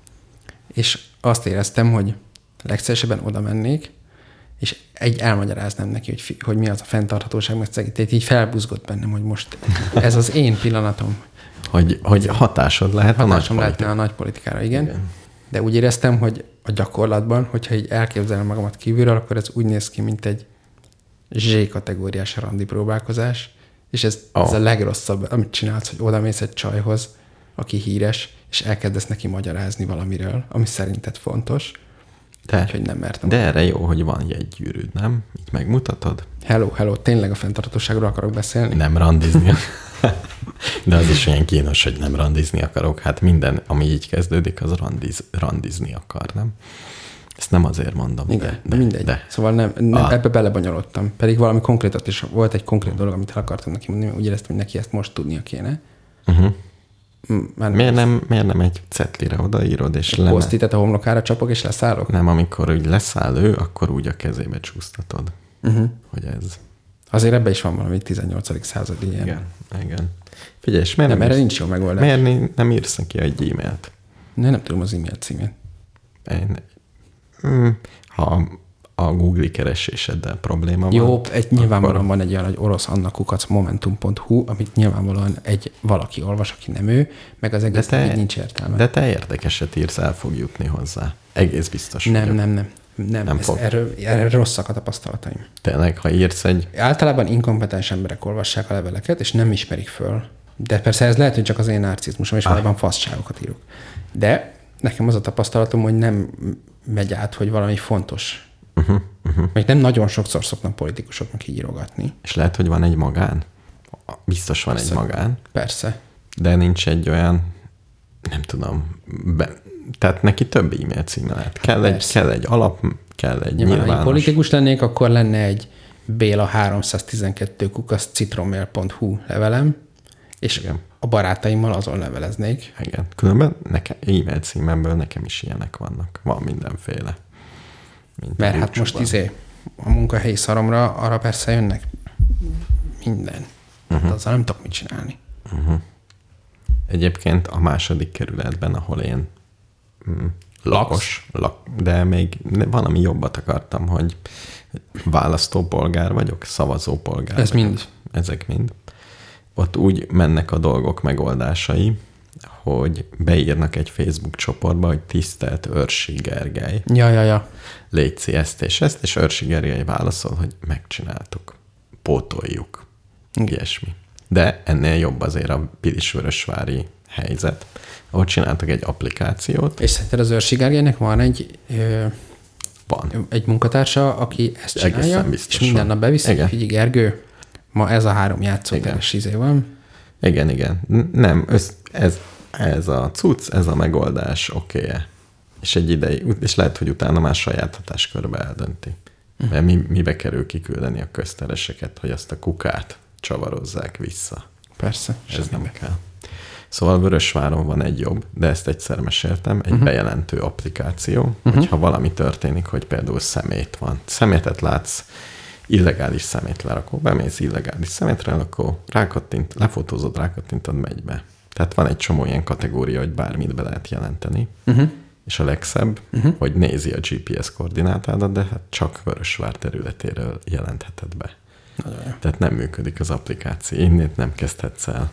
És azt éreztem, hogy legszívesebben oda mennék, és egy elmagyaráznám neki, hogy, hogy mi az a fenntarthatóság, mert szegítét így felbuzgott bennem, hogy most ez az én pillanatom. Hogy, hogy hatásod lehet Hatásom a nagy lehetne a nagy politikára, igen. igen. De úgy éreztem, hogy a gyakorlatban, hogyha így elképzelem magamat kívülről, akkor ez úgy néz ki, mint egy Z-kategóriás randi próbálkozás, és ez, oh. ez a legrosszabb, amit csinálsz, hogy odamész egy csajhoz, aki híres, és elkezdesz neki magyarázni valamiről, ami szerinted fontos, de, úgyhogy nem mertem. De erre jó, hogy van jegygyűrűd, nem? Így megmutatod? Hello, hello, tényleg a fenntarthatóságról akarok beszélni? Nem randizni. De az is olyan kínos, hogy nem randizni akarok. Hát minden, ami így kezdődik, az randiz, randizni akar, nem? Ezt nem azért mondom. Igen, de, de mindegy. De. Szóval nem, nem ah. ebbe belebonyolódtam. Pedig valami konkrétat is volt, egy konkrét dolog, amit el akartam neki mondani, úgy éreztem, hogy neki ezt most tudnia kéne. Uh-huh. Nem miért, nem, miért nem egy cetlire odaírod, és lenne... Posztitet a homlokára csapok, és leszállok? Nem, amikor úgy leszáll ő, akkor úgy a kezébe csúsztatod. Uh-huh. Hogy ez... Azért ebben is van valami tizennyolcadik századi ilyen. Igen, igen. Figyelj, és miért nem, nem, erre nincs jó megoldás. Miért nem írsz neki egy e-mailt? Ne, nem tudom az e-mail címét. Én, ha a Google kereséseddel probléma van. Jó, egy nyilvánvalóan akkor... van egy olyan, hogy orosz anna kukac momentum pont hu, amit nyilvánvalóan egy valaki olvas, aki nem ő, meg az egész te, nincs értelme. De te érdekeset írsz, el fog jutni hozzá. Egész biztos. Nem, vagyok. nem, nem. Nem, nem ez, erről, erről rosszak a tapasztalataim. Tényleg, ha írsz egy... Általában inkompetens emberek olvassák a leveleket, és nem ismerik föl. De persze ez lehet, hogy csak az én narcizmusom, és ah. valójában faszságokat írok. De nekem az a tapasztalatom, hogy nem megy át, hogy valami fontos. Uh-huh, uh-huh. Még nem nagyon sokszor szoknak politikusoknak így írogatni. És lehet, hogy van egy magán? Biztos van persze, egy magán. Persze. De nincs egy olyan, nem tudom, be, tehát neki több e-mail címe lehet. Kell egy, kell egy alap, kell egy Nyilván, nyilvános... ha politikus lennék, akkor lenne egy Béla háromszáztizenkettő kukac citromail pont hu levelem, és igen. A barátaimmal azon leveleznék. Igen. Különben nekem, e-mail címemből nekem is ilyenek vannak. Van mindenféle. Mert hát most izé, a munkahelyi szaromra arra persze jönnek minden. Uh-huh. Hát azzal nem tudok mit csinálni. Uh-huh. Egyébként a második kerületben, ahol én mm, lakos, lak, de még valami jobbat akartam, hogy választópolgár vagyok, szavazópolgár Ez vagyok. mind. Ezek mind. Ott úgy mennek a dolgok megoldásai, hogy beírnak egy Facebook csoportba, hogy tisztelt Őrsi Gergely. Ja, ja, ja. Légy ezt és ezt, és Őrsi Gergely válaszol, hogy megcsináltuk. Pótoljuk. Ilyesmi. De ennél jobb azért a Pilisvörösvári helyzet, ahol csináltak egy applikációt. És szerinted az Őrsi Gergelynek van egy, ö, van. egy munkatársa, aki ezt csinálja, és minden nap beviszi, hogy figyelj Gergő, ma ez a három játszóteres izé van. Igen, igen. Nem, ez, ez, ez a cucc, ez a megoldás, oké-e. És egy ideig, és lehet, hogy utána már saját hatáskörbe eldönti. Uh-huh. Mert mi, mibe kerül kiküldeni a köztereseket, hogy azt a kukát csavarozzák vissza. Persze. Ez nem meg. kell. Szóval Vörösváron van egy jobb, de ezt egyszer meséltem, egy uh-huh. bejelentő applikáció, uh-huh. hogyha valami történik, hogy például szemét van. Szemétet látsz, illegális szemét lerakó, bemész illegális szemétre, akkor rákattint, lefotózod, rákattintod, megy be. Tehát van egy csomó ilyen kategória, hogy bármit be lehet jelenteni. Uh-huh. És a legszebb, uh-huh. hogy nézi a gé pé es koordinátádat, de hát csak Vörösvár területéről jelentheted be. Nagyon. Tehát nem működik az applikáció. Innét nem kezdhetsz el.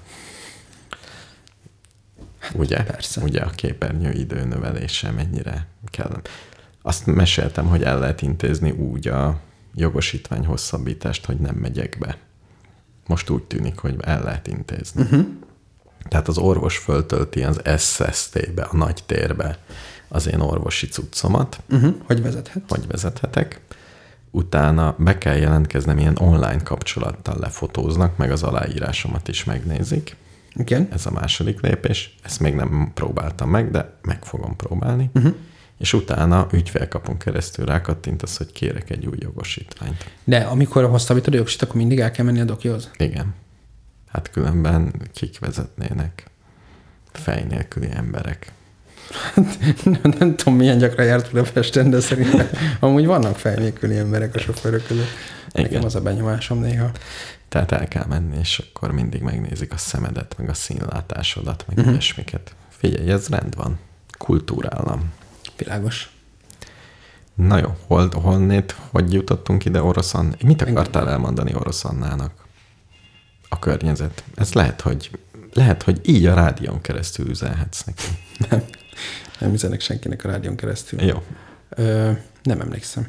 Ugye? Persze. Ugye a képernyő időnövelése mennyire kell. Azt meséltem, hogy el lehet intézni úgy a jogosítvány hosszabbítást, hogy nem megyek be. Most úgy tűnik, hogy el lehet intézni. Uh-huh. Tehát az orvos föltölti az es es té-be, a nagy térbe az én orvosi cuccomat. Uh-huh. Hogy vezethet? Hogy vezethetek. Utána be kell jelentkeznem, ilyen online kapcsolattal lefotóznak, meg az aláírásomat is megnézik. Igen. Ez a második lépés. Ezt még nem próbáltam meg, de meg fogom próbálni. Uh-huh. És utána ügyfélkapon keresztül rákattintasz, hogy kérek egy új jogosítványt. De amikor hosszabbítod a jogosít, akkor mindig el kell menni a dokihoz? Igen. Hát különben kik vezetnének? Fej nélküli emberek. nem, nem tudom, milyen gyakran járt Budapesten, de szerintem amúgy vannak fej nélküli emberek a sofőrök között. Igen. Nekem az a benyomásom néha. Tehát el kell menni, és akkor mindig megnézik a szemedet, meg a színlátásodat, meg uh-huh. ilyesmiket. Figyelj, ez rend van. Kultúrállam. Világos. Na jó, hol, honnét, hogy jutottunk ide Oroszon? Mit akartál elmondani Oroszonnának? A környezet. Ez lehet, hogy, lehet, hogy így a rádión keresztül üzenhetsz neki. Nem, nem üzenek senkinek a rádión keresztül. Jó. Ö, nem emlékszem.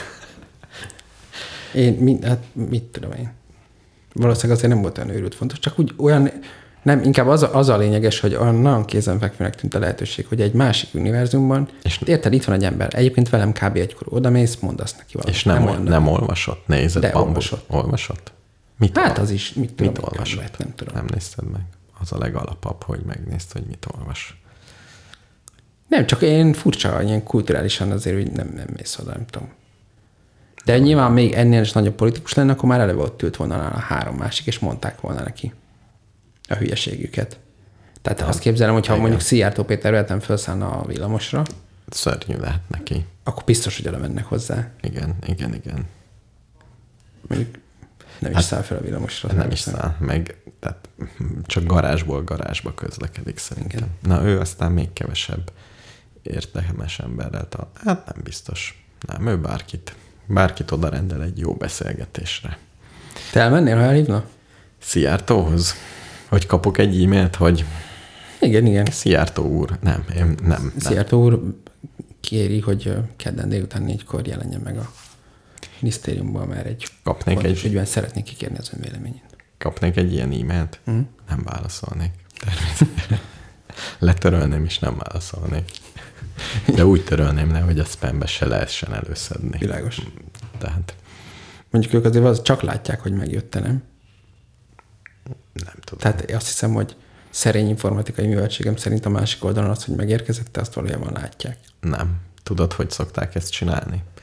Én, mit, hát mit tudom én. Valószínűleg azért nem volt olyan őrült fontos, csak úgy olyan, nem, inkább az a, az a lényeges, hogy olyan nagyon kézenfekvőnek tűnt a lehetőség, hogy egy másik univerzumban, és érted, itt van egy ember, egyébként velem kb. Egykor odamész, mondasz neki valamit. És nem, nem, nem olvasott, nézed. De olvasott. Olvasott? Mit hát olvas? az is, mit tudom, mit olvasott? Könyvet, nem tudom. Nem nézted meg? Az a legalapabb, hogy megnézd, hogy mit olvas. Nem, csak én furcsa, ilyen kulturálisan azért, hogy nem, nem mész oda, nem tudom. De nyilván még ennél is nagyobb politikus lenne, akkor már eleve ott ült volna a három másik, és mondták volna neki a hülyeségüket. Tehát nem. Azt képzelem, hogyha igen. mondjuk Szijjártó Péter véletlenül felszállna a villamosra, szörnyű lehet neki. Akkor biztos, hogy oda mennek hozzá. Igen, igen, igen. Mondjuk nem hát is száll fel a villamosra. Nem is száll, meg tehát csak garázsból garázsba közlekedik szerintem. Igen. Na ő aztán még kevesebb értelmes emberrel tal. Hát nem biztos. Nem, ő bárkit. Bárkit oda rendel egy jó beszélgetésre. Te elmennél, ha elhívna? Szijjártóhoz? Hogy kapok egy e-mailt, hogy igen, igen. Szijjártó úr. Nem, én nem. Szijjártó úr kéri, hogy kedden délután négykor jelenjen meg a minisztériumban, mert egy kapnék egy ügyben szeretnék kikérni az ön véleményét. Kapnék egy ilyen e-mailt? Mm. Nem válaszolnék. Természetesen. Letörölném, és nem válaszolnék. De úgy törölném le, hogy a spambe se lehessen előszedni. Világos. Tehát. Mondjuk ők azért az csak látják, hogy megjött, nem? Nem tudom. Tehát azt hiszem, hogy szerény informatikai műveltségem szerint a másik oldalon az, hogy megérkezett, azt valójában látják. Nem. Tudod, hogy szokták ezt csinálni?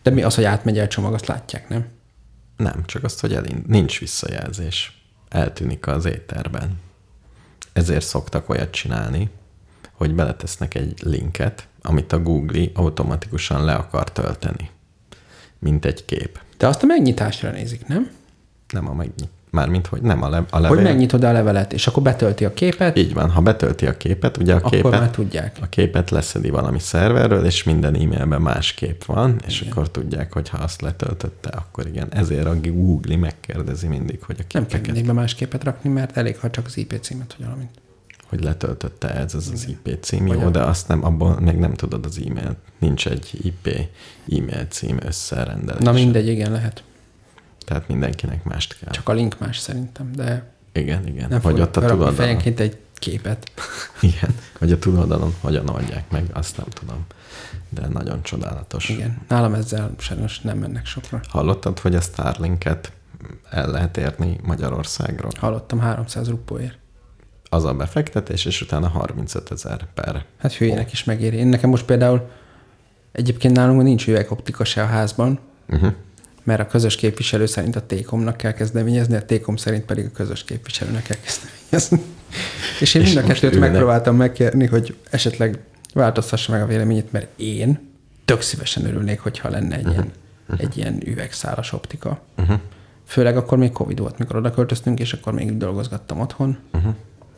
De mi az, hogy átmegy el csomag, azt látják, nem? Nem, csak azt, hogy elind, nincs visszajelzés. Eltűnik az éterben. Ezért szoktak olyat csinálni, hogy beletesznek egy linket, amit a Google automatikusan le akar tölteni. Mint egy kép. De azt a megnyitásra nézik, nem? Nem a megnyit. Mármint, hogy nem a, le, a levél. Hogy megnyitod a levelet, és akkor betölti a képet. Így van, ha betölti a képet, ugye a akkor képet, már tudják. a képet leszedi valami szerverről, és minden e-mailben más kép van, és igen. akkor tudják, hogy ha azt letöltötte, akkor igen. Ezért a Google megkérdezi mindig, hogy a képeket... Nem kell mindig be más képet rakni, mert elég, ha csak az i pé címet, hogy valamint. Hogy letöltötte ez az, az i pé cím, jó, de azt nem, abból még nem tudod az e-mailt. Nincs egy i pé e-mail cím összerendelés. Na mindegy, igen, lehet. Tehát mindenkinek mást kell. Csak a link más szerintem, de... Igen, igen. Nem vagy ott a túloldalon. Fejenként egy képet. Igen, vagy a túloldalon hogyan oldják meg, azt nem tudom. De nagyon csodálatos. Igen, nálam ezzel sajnos nem mennek sokra. Hallottad, hogy a Starlinket el lehet érni Magyarországról? Hallottam háromszáz ruppóért. Az a befektetés, és utána harmincöt ezer per. Hát hülyének is megéri. Én nekem most például egyébként nálunk nincs üvegoptika se a házban, uh-huh. mert a közös képviselő szerint a T-Comnak kell kezdeményezni, a T-Com szerint pedig a közös képviselőnek kell kezdeményezni. És én mind a kettőt megpróbáltam megkérni, hogy esetleg változtassa meg a véleményét, mert én tök szívesen örülnék, hogyha lenne egy, uh-huh. ilyen, uh-huh. egy ilyen üvegszálas optika. Uh-huh. Főleg akkor még Covid volt, mikor oda költöztünk, és akkor még dolgozgattam otthon. Uh-huh.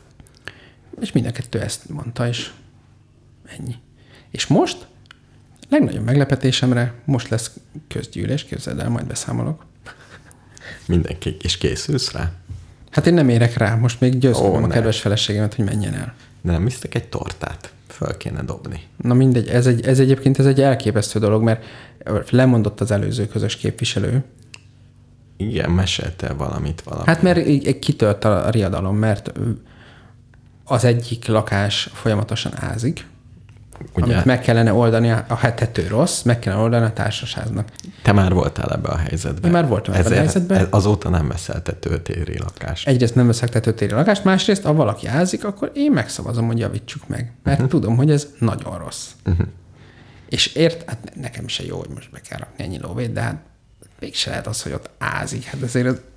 És mind a kettő ezt mondta, és ennyi. És most, legnagyobb meglepetésemre, most lesz közgyűlés, képzeld el, majd beszámolok. Mindenki, és készülsz rá? Hát én nem érek rá, most még győződöm a kedves feleségemet, hogy menjen el. De nem visztek egy tortát? Föl kéne dobni. Na mindegy, ez, egy, ez egyébként ez egy elképesztő dolog, mert lemondott az előző közös képviselő. Igen, mesélte valamit valami. Hát mert kitört a riadalom, mert az egyik lakás folyamatosan ázik, ugye? Amit meg kellene oldani, a tető rossz, meg kellene oldani a társasháznak. Te már voltál ebbe a helyzetben. Én már voltam ebben a helyzetben. Azóta nem veszel tetőtéri lakást. Egyrészt nem veszek tetőtéri lakást, másrészt, ha valaki ázik, akkor én megszavazom, hogy javítsuk meg. Mert uh-huh. tudom, hogy ez nagyon rossz. Uh-huh. És ért, hát nekem is jó, hogy most be kell rakni ennyi lóvét, de hát mégse lehet az, hogy ott ázik. Hát azért ez...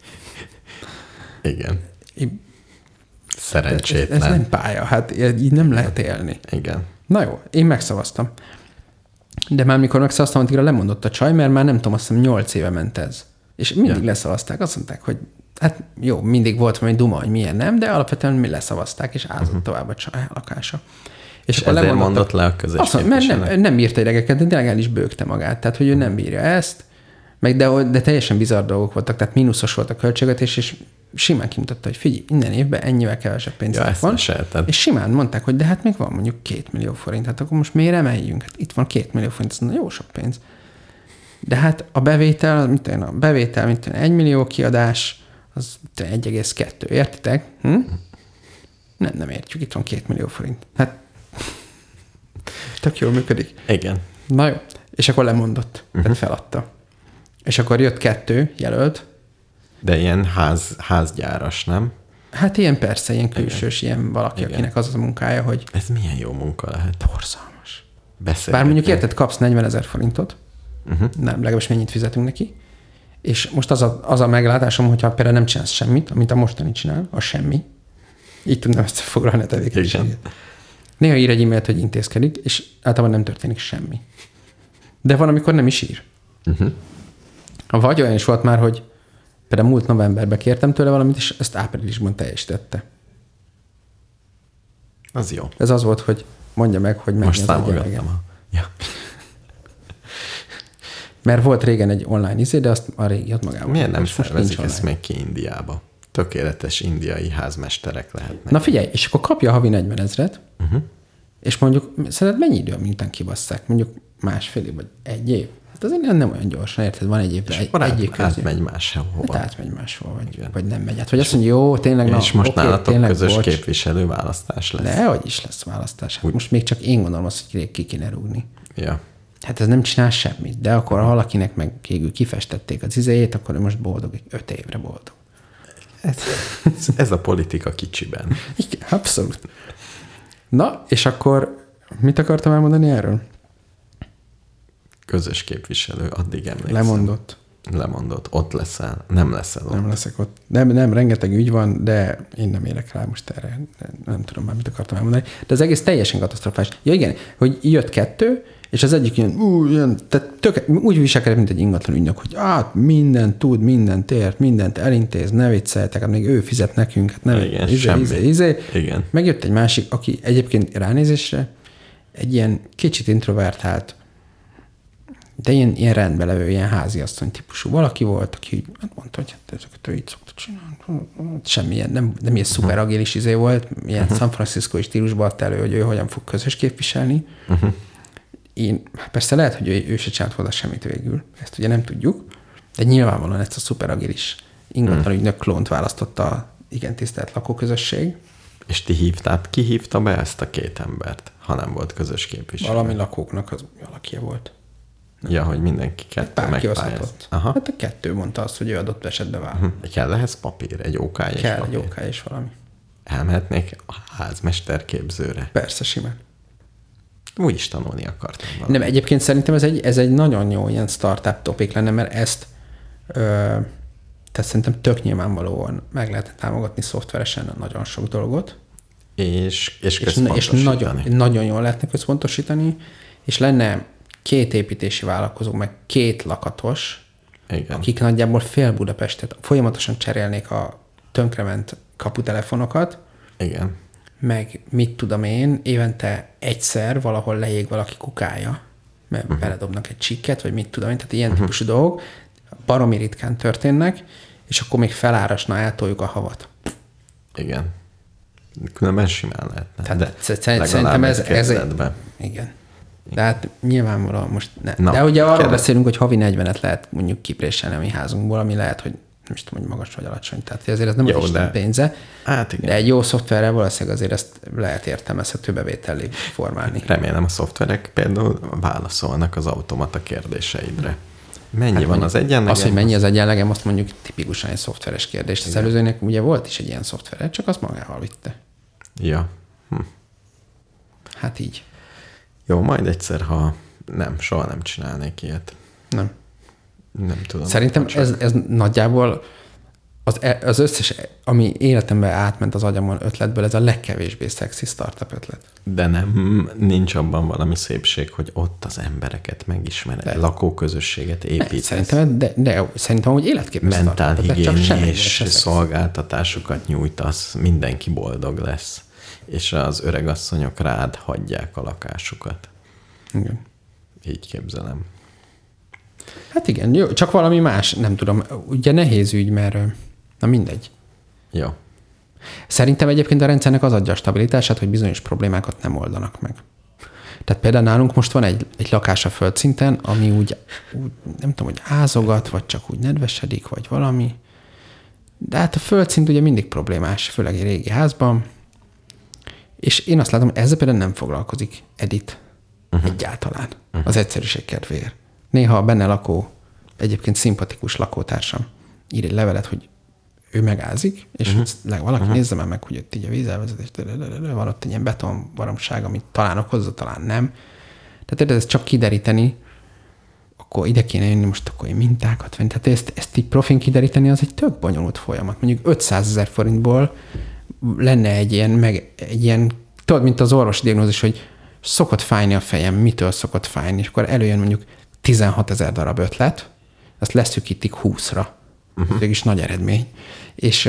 Igen. Én... Szerencsétlen. Ez, ez nem pálya, hát így nem lehet élni. Igen. Na jó, én megszavaztam. De már mikor megszavaztam, addigra lemondott a csaj, mert már nem tudom, azt hiszem nyolc éve ment ez. És mindig ja. leszavazták. Azt mondták, hogy hát jó, mindig volt valami duma, hogy milyen nem, de alapvetően mi leszavazták, és ázott uh-huh. tovább a csaj lakása. És, és ezért mondott le a közös azt mondta, mert nem, nem írta idegeket, de tényleg el is bőgte magát. Tehát, hogy ő nem bírja ezt, meg de, de teljesen bizarr dolgok voltak, tehát mínuszos volt a költségvetés, és simán kimutatta, hogy figyelj, minden évben ennyivel kevesebb pénznek ja, van. Mesélted. És simán mondták, hogy de hát még van mondjuk két millió forint, hát akkor most miért emeljünk? Hát itt van két millió forint, ez jó sok pénz. De hát a bevétel, mint a bevétel, mint egy millió kiadás, az egy egész kettő, értitek? Hm? Nem, nem értjük, itt van két millió forint. Hát tök jól működik. Igen. Na jó, és akkor lemondott, uh-huh. tehát feladta. És akkor jött kettő jelölt. De ilyen ház, házgyáras, nem? Hát ilyen persze, ilyen külsős, igen. Ilyen valaki, igen. akinek az az a munkája, hogy... Ez milyen jó munka lehet? Borzalmas. Bár mondjuk érted, kapsz negyvenezer forintot, uh-huh. nem, legalábbis mennyit fizetünk neki, és most az a, az a meglátásom, hogyha például nem csinálsz semmit, amit a mostani csinál, az semmi. Így tudnám összefoglalni a tevékenységet. Néha ír egy e-mailt, hogy intézkedik, és általában nem történik semmi. De van, amikor nem is ír. Uh-huh. Vagy olyan is volt már, hogy például múlt novemberben kértem tőle valamit, és ezt áprilisban teljesítette. Az jó. Ez az volt, hogy mondja meg, hogy mennyi most az egyenlegen. A... Ja. Mert volt régen egy online izé, de azt a régi ott magában. Miért nem szervezik ezt még ki Indiába? Tökéletes indiai házmesterek lehetnek. Na figyelj, és akkor kapja a havi negyven ezret, uh-huh. és mondjuk, szerinted mennyi idő, mintán kibasszák? Mondjuk másfél év, vagy egy év? Hát azért nem olyan gyorsan, érted? Van egy évben. És akkor egy, egy év átmegy máshol. Hát átmegy máshol, vagy, vagy nem megy át. Vagy azt mondja, jó, tényleg... És na, most okay, nálatok közös bocs. Képviselő választás lesz. De hogy is lesz választás. Hát most még csak én gondolom azt, hogy ki kéne rúgni. Ja. Hát ez nem csinál semmit. De akkor ha valakinek meg végül kifestették az izéjét, akkor ő most boldog, öt évre boldog. Ez, ez a politika kicsiben. Igen, abszolút. Na, és akkor mit akartam elmondani erről? közös képviselő, addig emlékszem. Lemondott. Lemondott. Ott leszel. Nem leszel ott. Nem leszek ott. Nem, nem, rengeteg ügy van, de én nem érek rá most erre. Nem tudom már, mit akartam elmondani. De az egész teljesen katasztrofás. Ja igen, hogy jött kettő, és az egyik ilyen, ú, ilyen tehát tök, úgy viselkedett, mint egy ingatlan ügynök, hogy hát mindent tud, mindent ért, mindent elintéz, ne vicceljetek, hát még ő fizet nekünk, hát nem, igen, izé, semmi. izé, izé. Igen. Megjött egy másik, aki egyébként ránézésre egy ilyen kicsit introvertált, de ilyen, ilyen rendben levő, ilyen háziasszony típusú valaki volt, aki így, hát mondta, hogy hát ezeket ő így szokta csinálni. Semmilyen, nem, nem ilyen szuper agilis izé volt, ilyen uh-huh. San Francisco-i stílusban adta elő, hogy ő hogyan fog közös képviselni. Uh-huh. Én, persze lehet, hogy ő, ő se csinált hozzá semmit végül, ezt ugye nem tudjuk, de nyilvánvalóan ezt a szuper agilis ingatlan ügynök klónt választotta a igen tisztelt lakóközösség. És ti hívtát, ki hívta be ezt a két embert, ha nem volt közös képviselő? Valami lakóknak az alakja volt. Nem. Ja, hogy mindenki kettő hát megpályázott. Hát a kettő mondta azt, hogy ő adott esetben vár. Uh-huh. Kell ehhez papír? Egy ó ká és Kell papír? egy ó ká és valami. Elmehetnék a házmesterképzőre? Persze, simán. Úgy is tanulni akartam valami. Nem, egyébként szerintem ez egy, ez egy nagyon jó ilyen startup topik lenne, mert ezt ö, tehát szerintem tök nyilvánvalóan meg lehetne támogatni szoftveresen nagyon sok dolgot. És, és És, és nagyon, nagyon jól lehetne központosítani, és lenne két építési vállalkozó, meg két lakatos, igen. akik nagyjából fél Budapestet folyamatosan cserélnék a tönkrement kaputelefonokat, igen. meg mit tudom én, évente egyszer valahol leég valaki kukája, mert uh-huh. beledobnak egy csikket, vagy mit tudom én, tehát ilyen uh-huh. típusú dolgok baromi ritkán történnek, és akkor még felárasna, eltoljuk a havat. Igen. Különben simán lehetne. Tehát de szerintem ez, ez egy... Igen. De hát nyilvánvalóan most ne. Na, de ugye arról kérdez... beszélünk, hogy havi negyvenet lehet mondjuk kipréselni a mi házunkból, ami lehet, hogy nem is tudom, hogy magas vagy alacsony. Tehát azért ez nem jó, az de... pénze. Hát igen. De egy jó szoftverrel valószínűleg azért ezt lehet értelmezhető bevétellé formálni. Remélem a szoftverek például válaszolnak az automata kérdéseidre. Mennyi hát van az egyenlegem? Az, hogy mennyi az egyenlegem, azt mondjuk tipikusan egy szoftveres kérdés. Igen. Az előzőnek ugye volt is egy ilyen szoftvere, csak azt magával vitte. Ja. Hm. Hát így. Jó, majd egyszer, ha nem, soha nem csinálnék ilyet. Nem. Nem tudom. Szerintem ez, ez nagyjából az, az összes, ami életemben átment az agyamon ötletből, ez a legkevésbé szexi startup ötlet. De nem, nincs abban valami szépség, hogy ott az embereket megismered, de. lakóközösséget építesz. Szerintem, de, de szerintem, hogy életképes mentálhigiénés szolgáltatásokat nyújtasz, mindenki boldog lesz. És az öregasszonyok rád hagyják a lakásukat. Igen. Így képzelem. Hát igen, jó, csak valami más, nem tudom. Ugye nehéz ügy, mert na mindegy. Jó. Szerintem egyébként a rendszernek az adja a stabilitását, hogy bizonyos problémákat nem oldanak meg. Tehát például nálunk most van egy, egy lakás a földszinten, ami úgy, úgy, nem tudom, hogy ázogat, vagy csak úgy nedvesedik, vagy valami. De hát a földszint ugye mindig problémás, főleg egy régi házban. És én azt látom, hogy ezzel például nem foglalkozik Edit uh-huh. egyáltalán. Uh-huh. Az egyszerűség kedvéért. Néha a benne lakó, egyébként szimpatikus lakótársam ír egy levelet, hogy ő megázik, és uh-huh. valaki uh-huh. nézze már meg, hogy ott így a vízelvezetés, van ott egy ilyen betonbaromság, amit talán okozza, talán nem. Tehát ez csak kideríteni, akkor ide kéne jönni, most akkor én mintákat venni. Tehát ezt, ezt így profin kideríteni, az egy tök bonyolult folyamat. Mondjuk ötszázezer forintból lenne egy ilyen, meg egy ilyen, tudod, mint az orvosi diagnózis, hogy szokott fájni a fejem, mitől szokott fájni, és akkor előjön mondjuk tizenhatezer darab ötlet, azt leszűkítik húszra. Uh-huh. Ez is nagy eredmény. És,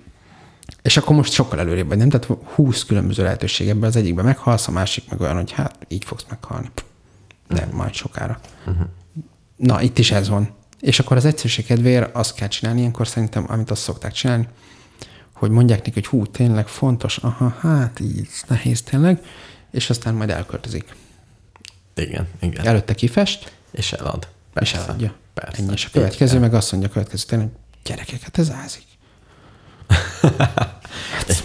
és akkor most sokkal előrébb vagy, nem? Tehát húsz különböző lehetőség ebben, az egyikben meghalsz, a másik meg olyan, hogy hát így fogsz meghalni. De uh-huh. majd sokára. Uh-huh. Na, itt is ez van. És akkor az egyszerűség kedvéért azt kell csinálni, ilyenkor szerintem, amit azt szokták csinálni, hogy mondják neki, hogy hú, tényleg fontos, aha, hát így nehéz tényleg, és aztán majd elköltözik. Igen, igen. Előtte kifest, és elad. Persze, és eladja. Persze. Ennyi, és a következő igen. meg azt mondja a következő tényleg, gyerekeket, ez ázik. hát.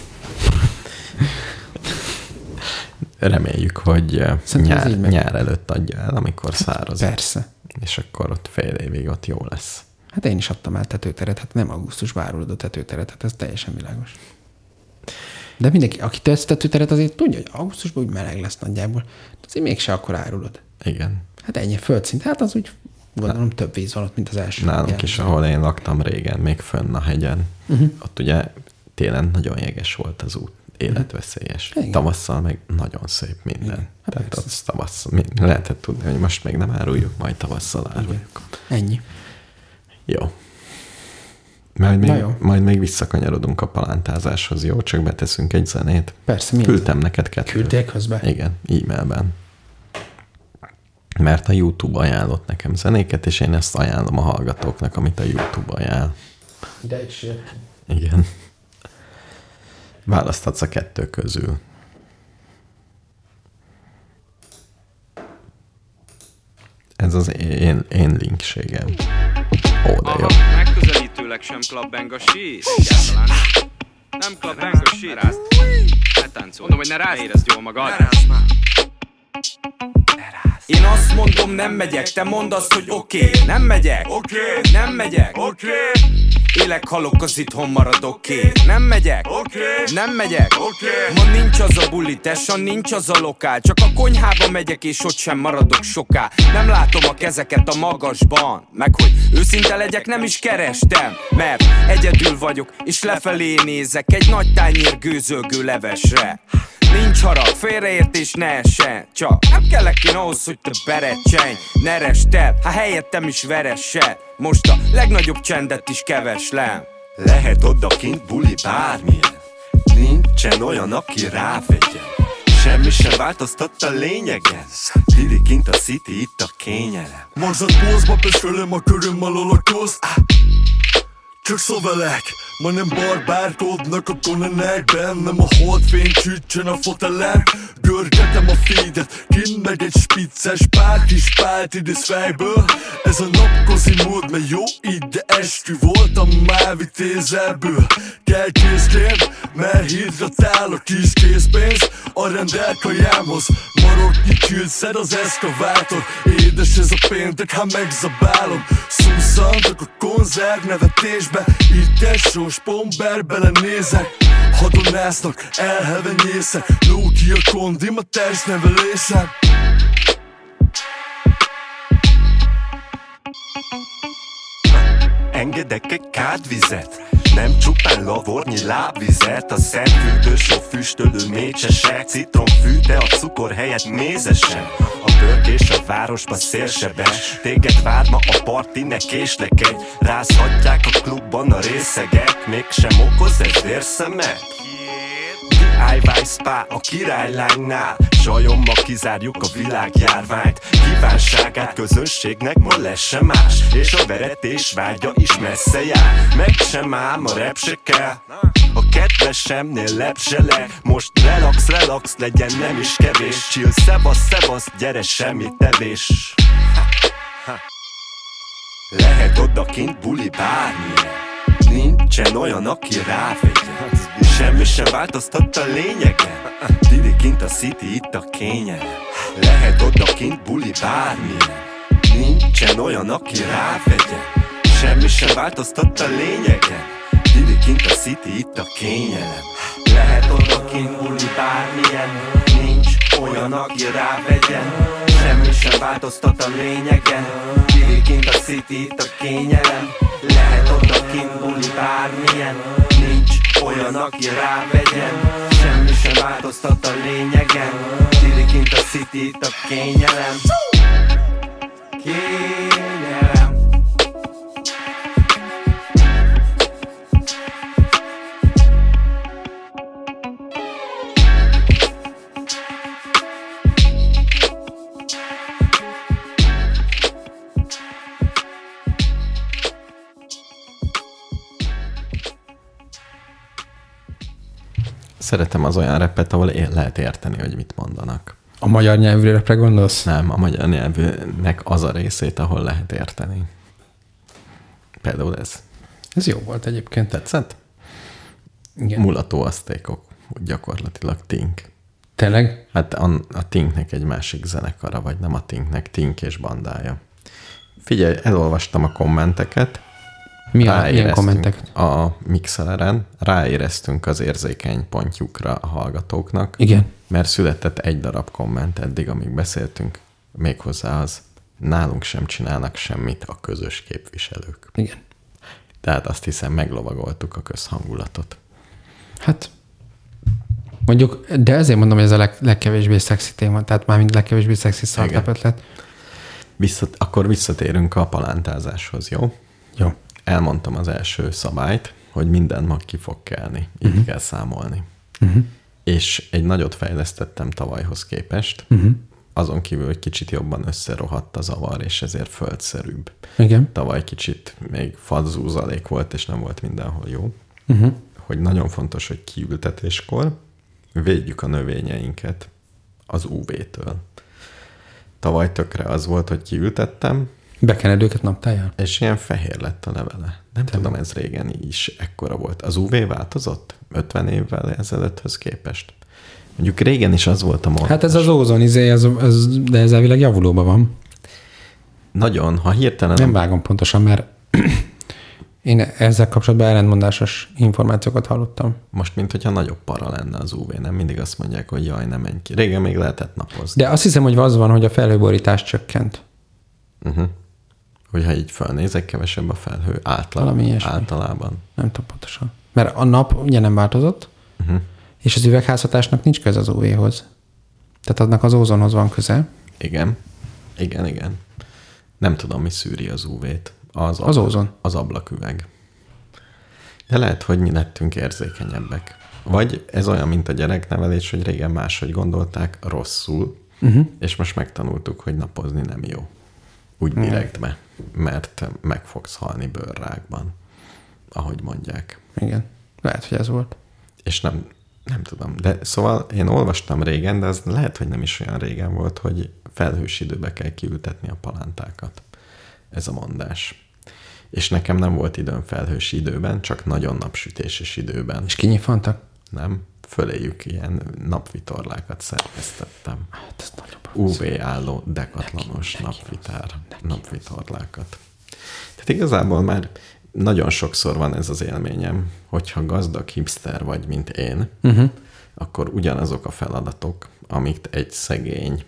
Reméljük, hogy nyár, nyár előtt adja el, amikor száraz. Persze. És akkor ott fél évig ott jó lesz. Hát én is adtam el tetőteret, hát nem augusztusban árulod a tetőteret, hát ez teljesen világos. De mindenki, aki tesz tetőteret, azért tudja, hogy augusztusban úgy meleg lesz nagyjából. Azért mégse akkor árulod. Igen. Hát ennyi földszint. Hát az úgy gondolom több víz van ott, mint az első. Nálunk jelent. Is, ahol én laktam régen, még fönn a hegyen, uh-huh. ott ugye télen nagyon jeges volt az út, életveszélyes. Uh-huh. Tavasszal meg nagyon szép minden. Hát tehát az tavasszal, lehetett tudni, hogy most még nem áruljuk, majd tavasszal áruljuk. Ennyi. Jó. Majd még, jó. majd még visszakanyarodunk a palántázáshoz, jó? Csak beteszünk egy zenét. Persze. Küldtem neked kettőt. Küldték közben? Igen, e-mailben. Mert a YouTube ajánlott nekem zenéket, és én ezt ajánlom a hallgatóknak, amit a YouTube ajánl. De is jött. Igen. Választhatsz a kettő közül. Ez az én, én linkségem. Ó, de jó. Megközelítőleg sem klabbeng a sír. Egyáltalán nem. Nem klabbeng a sír. Ne táncolj. Mondom, hogy ne rázd. Ne érezd jól magad. Ne rázd már. Én azt mondom, nem megyek, te mondd azt, hogy oké, okay. Nem megyek, oké, okay. Nem megyek, oké, okay. Élek, halok, az itthon marad, oké, okay. Nem megyek, oké, okay. Nem megyek, oké, okay. Ma nincs az a buli, tessan nincs az a lokál. Csak a konyhába megyek, és ott sem maradok soká. Nem látom a kezeket a magasban. Meg hogy őszinte legyek, nem is kerestem. Mert egyedül vagyok, és lefelé nézek egy nagy tányér gőzölgő levesre. Nincs harag, félreértés ne essen. Csak nem kellek én ahhoz, hogy te berecsenj. Ne rested, ha helyettem is veresed. Most a legnagyobb csendet is keveslem. Lehet odakint buli bármilyen. Nincsen olyan, aki rávegyen. Semmi sem változtat a lényegen. Dili kint a city, itt a kényelem. Marzat pózba pesölöm a körömmel alakoz. Csak szovelek, ma nem barbárkodnak a konenekben. Nem a holdfény csücsen a fotelen. Görgetem a feedet, kint meg egy spicces pár kis pált idéz fejből. Ez a napkozi mód, mert jó így, de eskü voltam már vitézelből. Kell készként, mert hidratál a kis készpénz. A rendel kajámhoz maroknyi csülszer az eszkavátor. Édes ez a péntek, ha megzabálom. Szusszantok a konzerv nevetésbe. Itt egy sós pomber, belenézek. Hadonásznak, elhevenyészek. Ló ki a kondim, a testnevelésem. Engedek egy kádvizet, nem csupán lavornyi lábvizet. A szent fürdősó füstölő mécsesek, citromfű, de a cukor helyett mézesen. A pörgés a városba szélsebes, téged vár ma a parti, ne késlekedj. Rázhatják a klubban a részegek, mégsem okoz ez vérszemet. dé i vaj Spa a királylánynál, sajommal kizárjuk a világjárványt. Kívánságát közönségnek ma lesz sem más, és a veretés vágya is messze jár. Meg sem ám, a rep se kell, a kedvesemnél lep se le. Most relax, relax, legyen nem is kevés. Chill, szevasz, szevasz, gyere, semmi tevés. Lehet odakint buli bármilyen. Nincsen olyan, aki rávegyen. Semmi sem változtat a lényegen. Dili kint a city, itt a kényelem. Lehet odakint buli bármilyen. Nincsen olyan, aki rávegyen. Semmi sem változtat a lényegen. Dili kint a city, itt a kényelem. Lehet odakint buli bármilyen. Nincs olyan, aki rávegyen. Semmi sem változtat a lényegen. Dili kint a city, itt a kényelem. Lehet odakint buli bármilyen. Nincs olyan, aki rávegyen. Semmi sem változtat a lényegen. Dili kint a city, itt a kényelem. Kényelem. Szeretem az olyan repet, ahol lehet érteni, hogy mit mondanak. A magyar nyelvű repre gondolsz? Nem, a magyar nyelvűnek az a részét, ahol lehet érteni. Például ez. Ez jó volt egyébként. Tetszett? Igen. Mulató aztékok, gyakorlatilag Tink. Tényleg? Hát a, a Tinknek egy másik zenekara, vagy nem a Tinknek, Tink és bandája. Figyelj, elolvastam a kommenteket. Mi a, milyen kommentek? A Mixleren ráéreztünk az érzékeny pontjukra a hallgatóknak. Igen. Mert született egy darab komment eddig, amíg beszéltünk, méghozzá az nálunk sem csinálnak semmit a közös képviselők. Igen. Tehát azt hiszem, meglovagoltuk a közhangulatot. Hát mondjuk, de ezért mondom, hogy ez a leg, legkevésbé szexi téma, tehát már mind legkevésbé szexi startup ötlet. Visszat, akkor visszatérünk a palántázáshoz, jó? Jó. Elmondtam az első szabályt, hogy minden mag ki fog kelni. Így uh-huh. kell számolni. Uh-huh. És egy nagyot fejlesztettem tavalyhoz képest, Uh-huh. azon kívül, hogy kicsit jobban összerohadt a zavar, és ezért földszerűbb. Igen. Tavaly kicsit még fadzúzalék volt, és nem volt mindenhol jó. Uh-huh. Hogy nagyon fontos, hogy kiültetéskor védjük a növényeinket az ú vé-től. Tavaly tökre az volt, hogy kiültettem, Bekened őket naptájjal? és ilyen fehér lett a levele. Nem Te tudom, ez régen is ekkora volt. Az ú vé változott ötven évvel ezelőtthöz képest. Mondjuk régen is az volt a mondás. Hát ez az ózon izé, ez, ez, de ez elvileg javulóban van. Nagyon, ha hirtelen... Nem vágom pontosan, mert én ezzel kapcsolatban ellentmondásos információkat hallottam. Most, mint hogyha nagyobb para lenne az ú vé, nem mindig azt mondják, hogy jaj, nem menj ki. Régen még lehetett napozni. De azt hiszem, hogy az van, hogy a felhőborítás csökkent. Uh-huh. Hogyha így felnézek, kevesebb a felhő által, Valami ilyesmi. általában. Nem tudom pontosan. Mert a nap ugye nem változott, Uh-huh. és az üvegházhatásnak nincs köze az ú véhoz. Tehát annak az ózonhoz van köze. Igen. Igen, igen. Nem tudom, mi szűri az ú vét. Az, Az ózon. Az ablaküveg. De lehet, hogy mi lettünk érzékenyebbek. Vagy ez olyan, mint a gyereknevelés, hogy régen máshogy gondolták, rosszul, uh-huh. és most megtanultuk, hogy napozni nem jó. Úgy direktbe, mert meg fogsz halni bőrrákban, ahogy mondják. Igen. Lehet, hogy ez volt. És nem, nem tudom. De szóval én olvastam régen, de az lehet, hogy nem is olyan régen volt, hogy felhős időbe kell kiültetni a palántákat. Ez a mondás. És nekem nem volt időm felhős időben, csak nagyon napsütéses időben. És kinyifantak? Nem? Föléjük ilyen napvitorlákat szerkesztettem. Hát ez nagyon ú vé álló dekatlanos napvitár, napvitorlákat. Tehát igazából már nagyon sokszor van ez az élményem, hogyha gazdag hipster vagy, mint én, uh-huh. akkor ugyanazok a feladatok, amit egy szegény,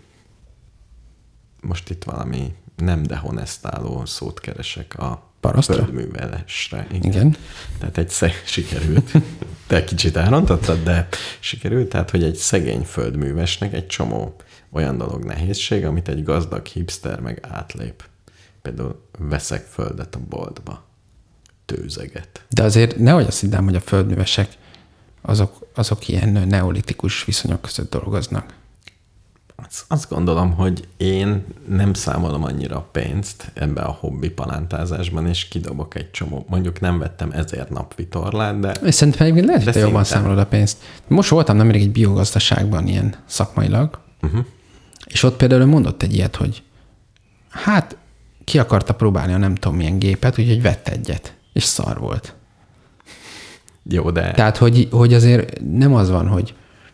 most itt valami nem dehonestáló szót keresek a Parasztra? földművelésre. Igen. Igen. Tehát egy szeg... sikerült. Te kicsit elrontottad, de sikerült. Tehát, hogy egy szegény földművesnek egy csomó olyan dolog nehézség, amit egy gazdag hipster meg átlép. Például veszek földet a boltba. Tőzeget. De azért nehogy azt hiddem, hogy a földművesek azok, azok ilyen neolitikus viszonyok között dolgoznak. Azt, azt gondolom, hogy én nem számolom annyira a pénzt ebbe a hobbi palántázásban, és kidobok egy csomó. Mondjuk nem vettem ezért napvitorlát, de... És szerintem egyébként lehet, hogy te jobban szinten. számolod a pénzt. Most voltam nemrég egy biogazdaságban ilyen szakmailag, Uh-huh. és ott például mondott egy ilyet, hogy hát ki akarta próbálni a nem tudom milyen gépet, úgyhogy vett egyet, és szar volt. Jó, de... Tehát, hogy, hogy azért nem az van, hogy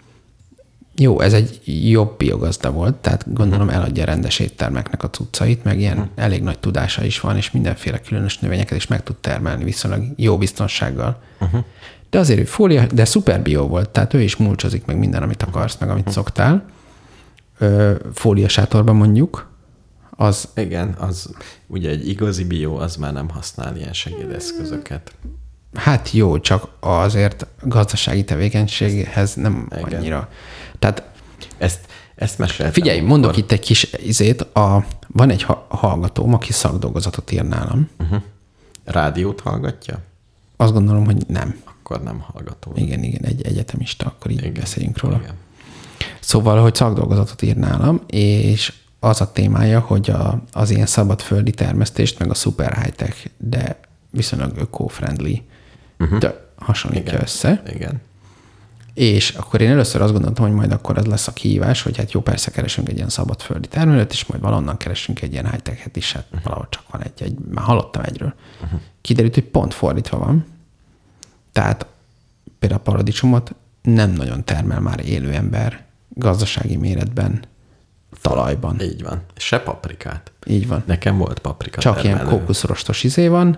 jó, ez egy jobb biogazda volt, tehát gondolom eladja rendes éttermeknek a cuccait, meg ilyen uh-huh. elég nagy tudása is van, és mindenféle különös növényeket is meg tud termelni viszonylag jó biztonsággal. Uh-huh. De azért ő fólia, de szuper bio volt, tehát ő is mulcsozik meg minden, amit akarsz, meg amit uh-huh. szoktál. Ö, fóliasátorban mondjuk, az... Igen, az ugye egy igazi bio, az már nem használ ilyen segédeszközöket. Hát jó, csak azért gazdasági tevékenységhez nem Igen. annyira. Tehát Ezt, ezt meséltem. figyelj, akkor. mondok itt egy kis izét, a, van egy ha- hallgatóm, aki szakdolgozatot ír nálam. Uh-huh. Rádiót hallgatja? Azt gondolom, hogy nem. Akkor nem hallgató. Igen, igen, egy egyetemista, akkor így Igen. beszéljünk róla. Igen. Szóval, hogy szakdolgozatot ír nálam, és az a témája, hogy a, az ilyen szabadföldi termesztést, meg a szuper high-tech, de viszonylag öko-friendly uh-huh. hasonlítja Igen. össze. Igen. És akkor én először azt gondoltam, hogy majd akkor ez lesz a kihívás, hogy hát jó, persze keresünk egy ilyen szabadföldi termelőt, és majd valonnan keresünk egy ilyen high-tech-et is, hát uh-huh. valahol csak van egy, egy, már hallottam egyről. Uh-huh. Kiderült, hogy pont fordítva van. Tehát például a paradicsomot nem nagyon termel már élő ember gazdasági méretben, talajban. Így van. Se paprikát. Így van. Nekem volt paprika Csak termelő. ilyen kókuszrostos izé van,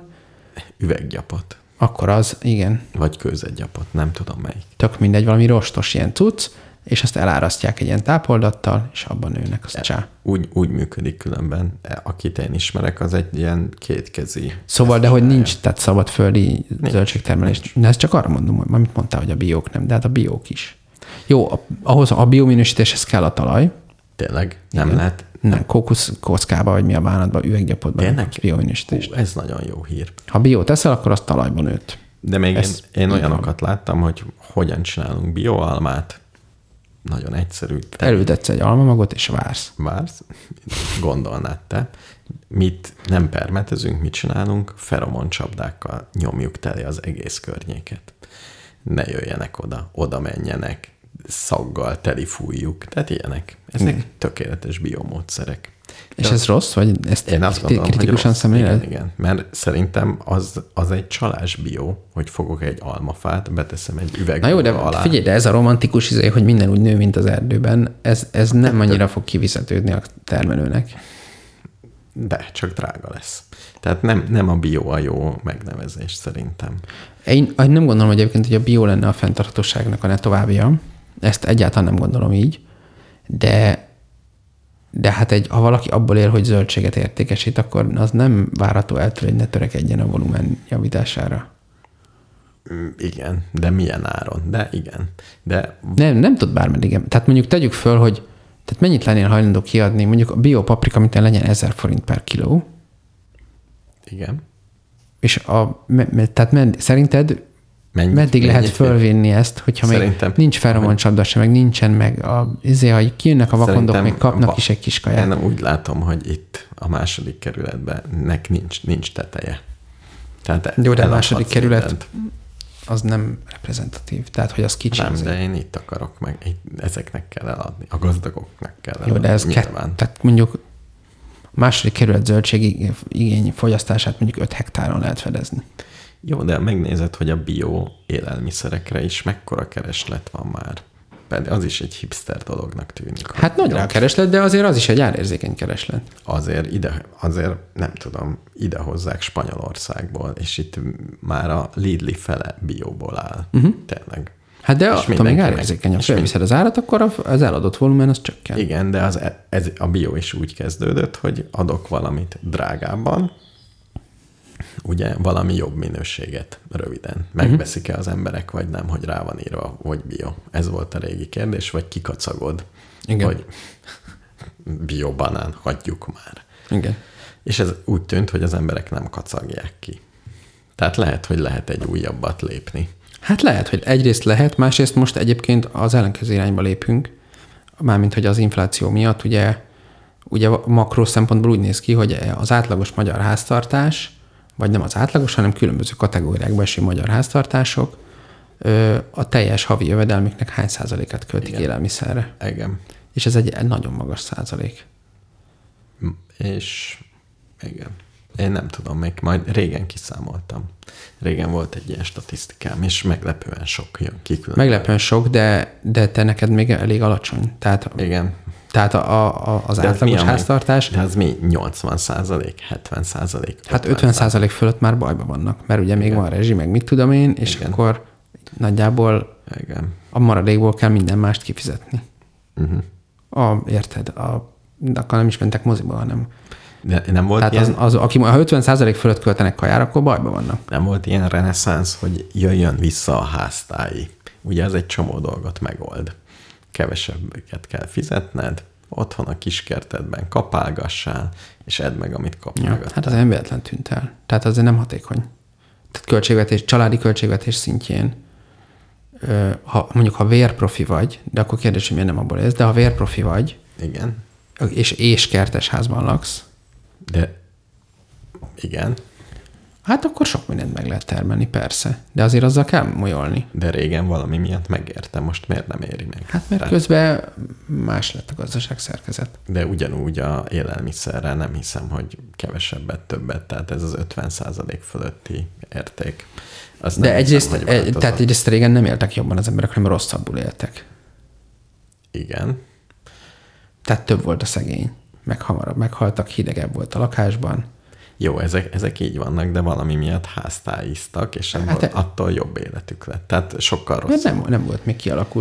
Üveggyapot. akkor az, igen, Vagy kőzetgyapot. Nem tudom melyik. tök mindegy, valami rostos ilyen cucc, és azt elárasztják egy ilyen tápoldattal, és abban nőnek, az csá. Úgy, úgy működik különben. Akit én ismerek, az egy ilyen kétkezi. Szóval, de hogy nincs, tehát szabadföldi zöldségtermelés. De ezt csak arra mondom, hogy amit mondtál, hogy a biók nem, de hát a biók is. Jó, ahhoz a biominősítéshez kell a talaj. Tényleg? Nem Igen. lehet? Nem, kókusz kockába, vagy mi a bánatban, üveggyapotban. Tényleg? Biominősítést. Ú, ez nagyon jó hír. Ha biót teszel, akkor az talajban nőtt. De még én, én így olyanokat van. láttam, hogy hogyan csinálunk bioalmát. Nagyon egyszerű. Elültetsz egy almamagot, és vársz. Vársz, gondolnád te. Mit nem permetezünk, mit csinálunk? Feromoncsapdákkal nyomjuk tele az egész környéket. Ne jöjjenek oda, oda menjenek, szaggal teli fújjuk. Tehát ilyenek. Ezek igen. tökéletes biomódszerek. És ez rossz? Vagy ezt én azt gondolom, kritikusan szemléled? Igen, igen, mert szerintem az, az egy csalás bió, hogy fogok egy almafát, beteszem egy üvegbe alá. Na jó, de alá. figyelj, de ez a romantikus izé, hogy minden úgy nő, mint az erdőben, ez, ez nem hát, annyira fog kifizetődni a termelőnek. De, csak drága lesz. Tehát nem, nem a bió a jó megnevezés szerintem. Én nem gondolom hogy egyébként, hogy a bió lenne a fenntarthatóságnak a ne továbbja. Ezt egyáltalán nem gondolom így, de De hát egy, ha valaki abból él, hogy zöldséget értékesít, akkor az nem várható el tőle, hogy ne törekedjen a volumen javítására. Igen, de milyen áron? De igen. De... Nem, nem tud bármeddig. Tehát mondjuk tegyük föl, hogy tehát mennyit lennél hajlandó kiadni, mondjuk a biopaprika, mint legyen ezer forint per kiló. Igen. És a, tehát med, szerinted mennyit, meddig lehet fölvinni ezt, hogyha Szerintem, még nincs feromoncsapda sem, meg nincsen meg a, ezért, ha kijönnek a vakondok, még kapnak va, is egy kis kaját. Én úgy látom, hogy itt a második kerületben nek nincs, nincs teteje. Tehát jó, de a második kerület mindent. Az nem reprezentatív, tehát hogy az kicsi. Nem, de én itt akarok meg, ezeknek kell eladni, a gazdagoknak kell eladni. Jó, de ez kett, tehát mondjuk a második kerület zöldség igény fogyasztását mondjuk öt hektáron lehet fedezni. Jó, de megnézed, hogy a bio élelmiszerekre is mekkora kereslet van már. Pedig az is egy hipster dolognak tűnik. Hát nagy rá a kereslet, de azért az is egy árérzékeny kereslet. Azért ide, azért nem tudom, ide hozzák Spanyolországból, és itt már a Lidl fele bióból áll. Uh-huh. Tényleg. Hát de ha még árérzékeny, ha felviszed az árat, akkor az eladott volumen az csökken. Igen, de az, ez, a bio is úgy kezdődött, hogy adok valamit drágábban, ugye valami jobb minőséget röviden. Megveszik-e az emberek, vagy nem, hogy rá van írva, hogy bio. Ez volt a régi kérdés, vagy kikacagod, igen. hogy biobanán, hagyjuk már. Igen. És ez úgy tűnt, hogy az emberek nem kacagják ki. Tehát lehet, hogy lehet egy újabbat lépni. Hát lehet, hogy egyrészt lehet, másrészt most egyébként az ellenkező irányba lépünk, mármint, hogy az infláció miatt ugye, ugye makró szempontból úgy néz ki, hogy az átlagos magyar háztartás, vagy nem az átlagos, hanem különböző kategóriákba eső magyar háztartások a teljes havi jövedelmüknek hány százalékát költik igen. élelmiszerre. Igen. És ez egy nagyon magas százalék. És igen. Én nem tudom, még majd régen kiszámoltam. Régen volt egy ilyen statisztikám, és meglepően sok jön ki. Meglepően sok, de, de te neked még elég alacsony. Tehát, igen. Tehát a, a, az de átlagos háztartás... De az mi? nyolcvan százalék, hetven százalék? Hát ötven százalék fölött már bajban vannak, mert ugye igen. még van rezsi, meg mit tudom én, és igen. akkor nagyjából igen. a maradékból kell minden mást kifizetni. Uh-huh. A, érted? A, akkor nem is mentek moziba, hanem... De nem volt Tehát ilyen... az, az, aki ha ötven százalék fölött költenek kajára, akkor bajban vannak. Nem volt ilyen reneszánsz, hogy jöjjön vissza a háztáji. Ugye az egy csomó dolgot megold. Kevesebbet kell fizetned, otthon a kiskertedben kapálgassál, és edd meg, amit kapnál. Ja, hát az embertlen tűnt el. Tehát azért nem hatékony. Tehát költségvetés, családi költségvetés szintjén, ha, mondjuk ha vérprofi vagy, de akkor kérdés, hogy miért nem abból élsz, de ha vérprofi vagy, igen. és, és kertes házban laksz, de igen. Hát akkor sok mindent meg lehet termelni, persze. De azért azzal kell molyolni. De régen valami miatt megértem, most miért nem éri meg? Hát mert Tehát... közben más lett a gazdaság szerkezet. De ugyanúgy a élelmiszerrel nem hiszem, hogy kevesebbet, többet, tehát ez az ötven százalék fölötti érték. Azt De egyrészt, hiszem, egy, tehát egyrészt régen nem éltek jobban az emberek, hanem rosszabbul éltek. Igen. Tehát több volt a szegény. Meg hamarabb meghaltak, hidegebb volt a lakásban. Jó, ezek, ezek így vannak, de valami miatt háztályiztak, és hát e... attól jobb életük lett. Tehát sokkal rosszabb. Nem, nem volt még kialakult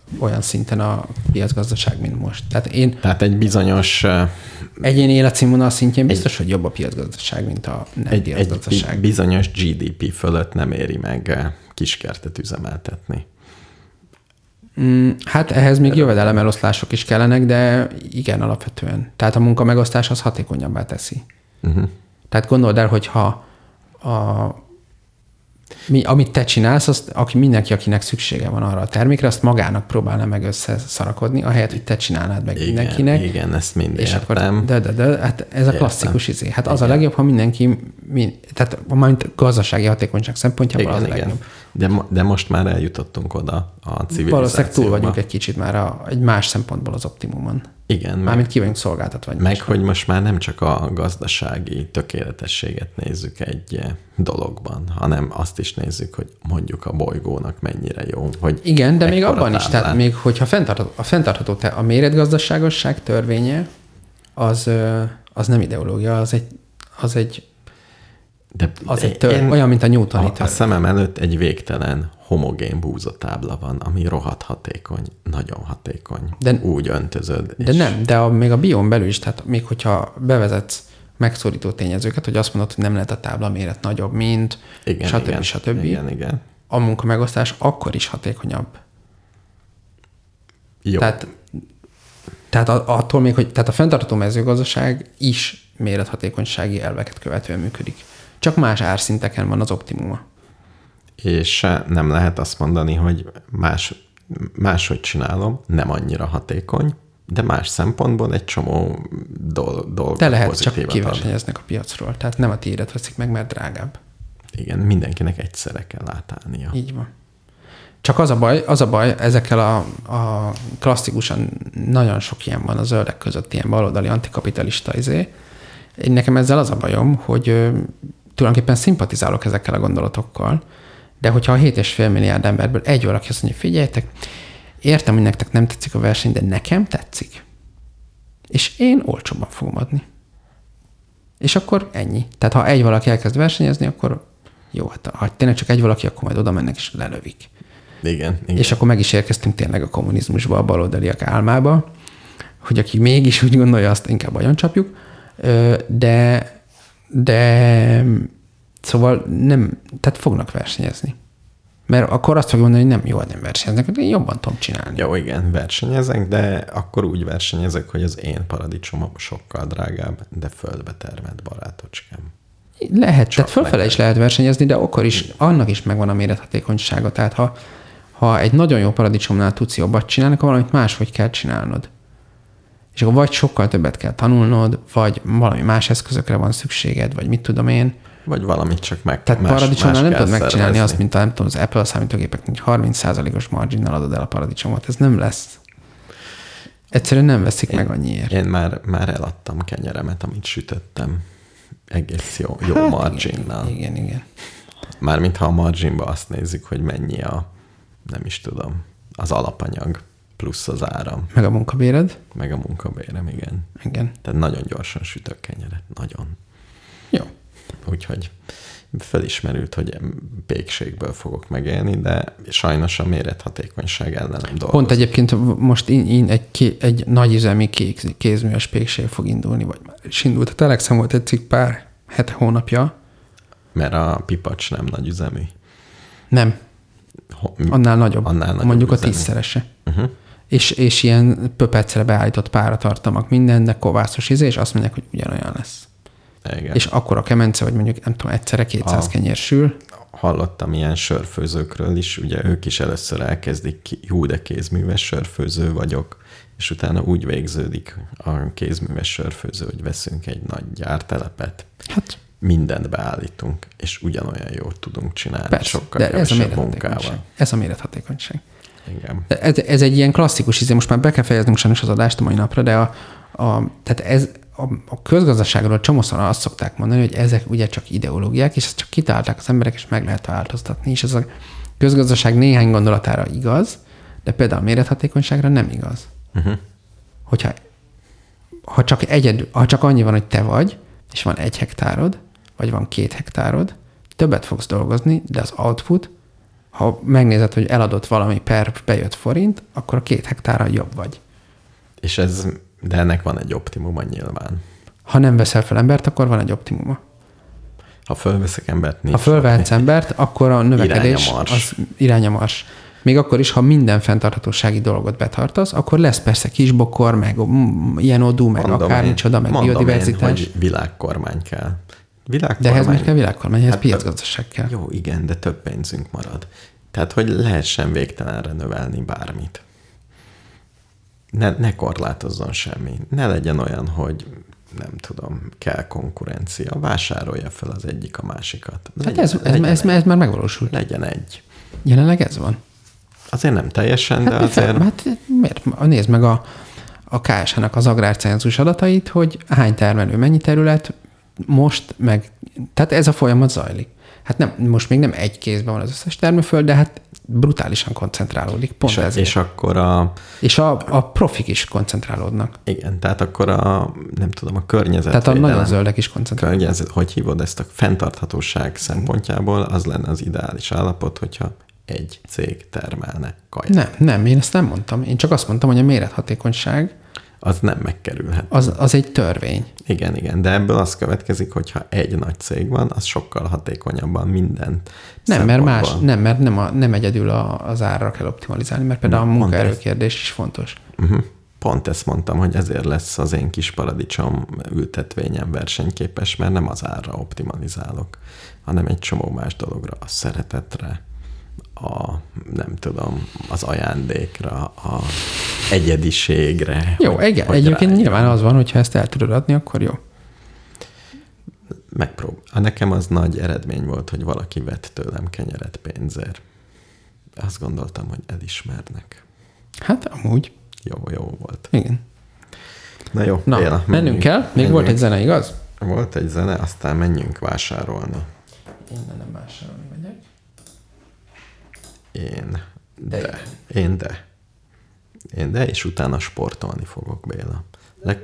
olyan szinten a piacgazdaság, mint most. Tehát én Tehát egy bizonyos... egyéni életszínvonal szintjén biztos, egy, hogy jobb a piacgazdaság, mint a nem egy, piacgazdaság. Egy bizonyos gé dé pé fölött nem éri meg kiskertet üzemeltetni. Mm, hát ehhez még jövedelemeloszlások is kellenek, de igen, alapvetően. Tehát a munkamegosztás az hatékonyabbá teszi. Uh-huh. Tehát gondold el, hogyha a, mi, amit te csinálsz, azt, aki, mindenki, akinek szüksége van arra a termékre, azt magának próbálna meg összeszarakodni, ahelyett, hogy te csinálnád meg igen, mindenkinek. Igen, ezt mind és értem. Akkor, de, de, de, hát ez a klasszikus izé. Hát az igen. a legjobb, ha mindenki, mi, tehát majd gazdasági hatékonyság szempontjából igen, az igen. legjobb. De, de most már eljutottunk oda a civilizációba. Valószínűleg túl vagyunk egy kicsit már a, egy más szempontból az optimumon. Igen. Mármint ki vagyunk szolgáltatva. Meg, meg hogy most már nem csak a gazdasági tökéletességet nézzük egy dologban, hanem azt is nézzük, hogy mondjuk a bolygónak mennyire jó. Hogy igen, de még abban is, tehát még hogyha fenntartható, a fenntartható, a méretgazdaságosság törvénye, az, az nem ideológia, az egy, az egy, de, az egy tör, én, olyan, mint a newtoni törvény. A szemem előtt egy végtelen homogén búzatábla van, ami rohadt hatékony, nagyon hatékony. De, úgy öntözöd. De és... nem, de a, még a bión belül is, tehát még hogyha bevezetsz megszorító tényezőket, hogy azt mondod, hogy nem lehet a tábla méret nagyobb, mint igen, stb. Igen, stb. Igen, igen. A munkamegosztás akkor is hatékonyabb. Jó. Tehát, tehát attól még, hogy tehát a fenntartható mezőgazdaság is mérethatékonysági elveket követően működik. Csak más árszinteken van az optimuma. És nem lehet azt mondani, hogy más, máshogy csinálom, nem annyira hatékony, de más szempontból egy csomó dol- dolgot de lehet, csak kiversenyeznek a piacról. Tehát nem a tiédet veszik meg, mert drágább. Igen, mindenkinek egyszerre kell átállnia. Így van. Csak az a baj, az a baj ezekkel a, a klasszikusan nagyon sok ilyen van a zöldek között, ilyen baloldali antikapitalista izé. Én nekem ezzel az a bajom, hogy ö, tulajdonképpen szimpatizálok ezekkel a gondolatokkal, de hogyha a hét egész öt milliárd emberből egy valaki azt mondja, figyeljetek, értem, hogy nektek nem tetszik a verseny, de nekem tetszik. És én olcsóbban fogom adni. És akkor ennyi. Tehát ha egy valaki elkezd versenyezni, akkor jó, hát ha tényleg csak egy valaki, akkor majd oda mennek és lelövik. Igen, igen. És akkor meg is érkeztünk tényleg a kommunizmusba, a baloldaliak álmába, hogy aki mégis úgy gondolja, azt inkább agyon csapjuk. De, de szóval nem, tehát fognak versenyezni. Mert akkor azt fogja mondani, hogy nem jó, nem versenyeznek, én jobban tudom csinálni. Jó, igen, versenyezek, de akkor úgy versenyezek, hogy az én paradicsomom sokkal drágább, de földbe termelt barátocskám. Lehet, csak tehát fölfele is lehet versenyezni, de akkor is, annak is megvan a mérethatékonysága. Tehát ha, ha egy nagyon jó paradicsomnál tudsz jobbat csinálni, akkor valamit máshogy kell csinálnod. És akkor vagy sokkal többet kell tanulnod, vagy valami más eszközökre van szükséged, vagy mit tudom én. Vagy valamit csak meg Tehát más, paradicsomnál más nem tudod megcsinálni szervezni. azt, mint a, nem tudom, az Apple számítógépek, hogy harminc százalékos marginnal adod el a paradicsomot. Ez nem lesz. Egyszerűen nem veszik én, meg annyiért. Én már, már eladtam kenyeremet, amit sütöttem. Egész jó, jó hát marginnal. Igen, igen, igen. Mármint ha a marginba azt nézzük, hogy mennyi a, nem is tudom, az alapanyag plusz az áram. Meg a munkabéred. Meg a munkabérem, igen. Igen. Tehát nagyon gyorsan sütök kenyeret. Nagyon. Jó. Úgyhogy felismerült, hogy pékségből fogok megélni, de sajnos a mérethatékonyság ellen nem dolgozom. Pont egyébként most in, in egy, ké, egy nagyüzemi kézműves pékség fog indulni, vagy már is indult. A Telexen volt egy cikk pár hete, hónapja. Mert a pipacs nem nagyüzemű. Nem. Annál nagyobb. Annál nagyobb mondjuk üzemű. A tízszerese. Uh-huh. És, és ilyen pöpecre beállított páratartalmak minden, de kovászos íze, és azt mondják, hogy ugyanolyan lesz. Igen. És akkor a kemence, vagy mondjuk nem tudom, egyszerre kétszáz a, kenyér sül. Hallottam ilyen sörfőzőkről is, ugye ők is először elkezdik ki, hú, de kézműves sörfőző vagyok, és utána úgy végződik a kézműves sörfőző, hogy veszünk egy nagy gyártelepet, hát mindent beállítunk, és ugyanolyan jót tudunk csinálni, persze, sokkal de ez a kevesebb munkával. Ez a mérethatékonyság. Igen. Ez, ez egy ilyen klasszikus izé, most már be kell fejeznünk sajnos az adást a mai napra, de a, a, tehát ez, a, a közgazdaságról csomószor azt szokták mondani, hogy ezek ugye csak ideológiák, és ezt csak kitálták az emberek, és meg lehet változtatni. És ez a közgazdaság néhány gondolatára igaz, de például a mérethatékonyságra nem igaz. Uh-huh. Hogyha ha csak, egyed, ha csak annyi van, hogy te vagy, és van egy hektárod, vagy van két hektárod, többet fogsz dolgozni, de az output ha megnézed, hogy eladott valami per bejött forint, akkor a két hektárral jobb vagy. És ez, de ennek van egy optimuma nyilván. Ha nem veszel fel embert, akkor van egy optimuma. Ha fölveszek embert, nincs. Ha fölvehetsz embert, akkor a növekedés Irány a mars. az irány a mars. Még akkor is, ha minden fenntarthatósági dolgot betartasz, akkor lesz persze kisbokor, meg mm, ilyen odú, meg Mondom akármicsoda, meg mondom biodiverzitás. Én, hogy világkormány kell. Világkormány. De ehhez miért kell világkormány? Ehhez Hát, piacgazdaság kell. Jó, igen, de több pénzünk marad. Tehát, hogy lehessen végtelenre növelni bármit. Ne, ne korlátozzon semmi. Ne legyen olyan, hogy nem tudom, kell konkurencia. Vásárolja fel az egyik a másikat. Hát ez, ez, ez, ez már megvalósult. Legyen egy. Jelenleg ez van. Azért nem teljesen, Hát, de mi azért... fel, hát miért? Nézd meg a, a ká es há-nak az agrárcenzus adatait, hogy hány termelő, mennyi terület, most meg... Tehát ez a folyamat zajlik. Hát nem, most még nem egy kézben van az összes termőföld, de hát brutálisan koncentrálódik. Pont és, ezért. és akkor a... És a, a profik is koncentrálódnak. Igen, tehát akkor a, nem tudom, a környezet. Tehát a nagyon zöldek is koncentrálódnak. Környezet, hogy hívod ezt a fenntarthatóság szempontjából, az lenne az ideális állapot, hogyha egy cég termelne kaját. Nem, nem, én ezt nem mondtam. Én csak azt mondtam, hogy a mérethatékonyság Az nem megkerülhet. az, az egy törvény. Igen, igen, de ebből az következik, hogyha egy nagy cég van, az sokkal hatékonyabban mindent Nem, mert más, szempontból. nem, mert nem, a, nem egyedül a, az árra kell optimalizálni, mert például a Pont munkaerő ez. kérdés is fontos. Uh-huh. Pont ezt mondtam, hogy ezért lesz az én kis paradicsom ültetvényem versenyképes, mert nem az árra optimalizálok, hanem egy csomó más dologra, a szeretetre, a, nem tudom, az ajándékra, a egyediségre. Jó, hogy, igen, hogy egyébként rájön. nyilván az van, hogyha ezt el tudod adni, akkor jó. Megprób. Nekem az nagy eredmény volt, hogy valaki vett tőlem kenyeret pénzért. Azt gondoltam, hogy elismernek. Hát amúgy, Jó, jó volt. igen. Na jó, Na, Béla, mennünk kell? Még menjünk. volt egy zene, igaz? Volt egy zene, aztán menjünk vásárolni. Innen nem vásárolni megyek. Én, De de. Én de. Én de, és utána sportolni fogok, Béla. Le...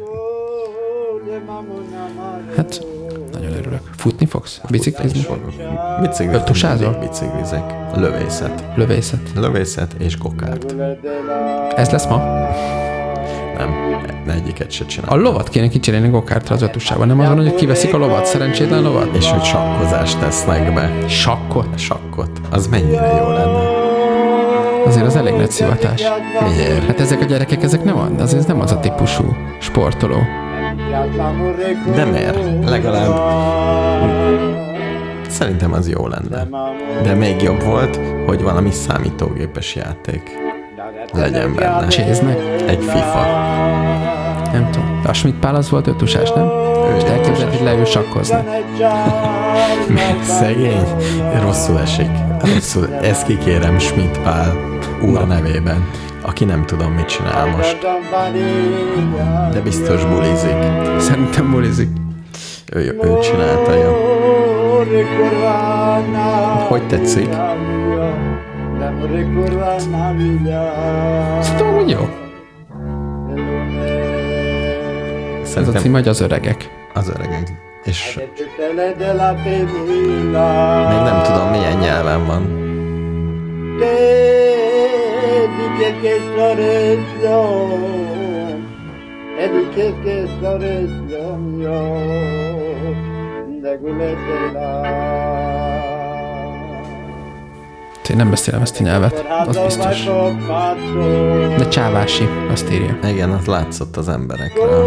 Hát, nagyon örülök. Futni fogsz? Biciklizni? fogok. Biciklizni. Öttusázol? mindig Biciklizek. Lövészet. Lövészet. Lövészet és kokárt. Ez lesz ma? Nem, egyiket se A csinálom. lovat kéne kicserélni gokártra az ötusában. Nem azon, hogy kiveszik a lovat, szerencsétlen lovat? És hogy sakkozást tesznek be. Sakkot. Sakkot. Az mennyire jó lenne. Azért az elég nagy szivatás. Miért? Hát ezek a gyerekek, ezek nem, az, azért ez nem az a típusú sportoló. De miért? Legalább szerintem az jó lenne. De még jobb volt, hogy valami számítógépes játék legyen benne. Cséznek? Egy FIFA. Nem tudom. A Schmidt Pál az volt ötusás, nem? És te elképzeled, hogy leül sakkozni. Szegény. Rosszul esik. Rosszul. Ezt kikérem Schmidt Pál úr nevében, aki nem tudom, mit csinál most. De biztos bulizik. Szerintem bulizik. Ő, ő csinálta, jó. Hogy tetszik? Szerintem, hogy jó. Ez a Szerintem cím, hogy az öregek. az öregek. És még nem tudom, milyen nyelven van. Én nem beszélem ezt a nyelvet, az biztos. De Csávási, azt írja. Igen, az látszott az emberekről.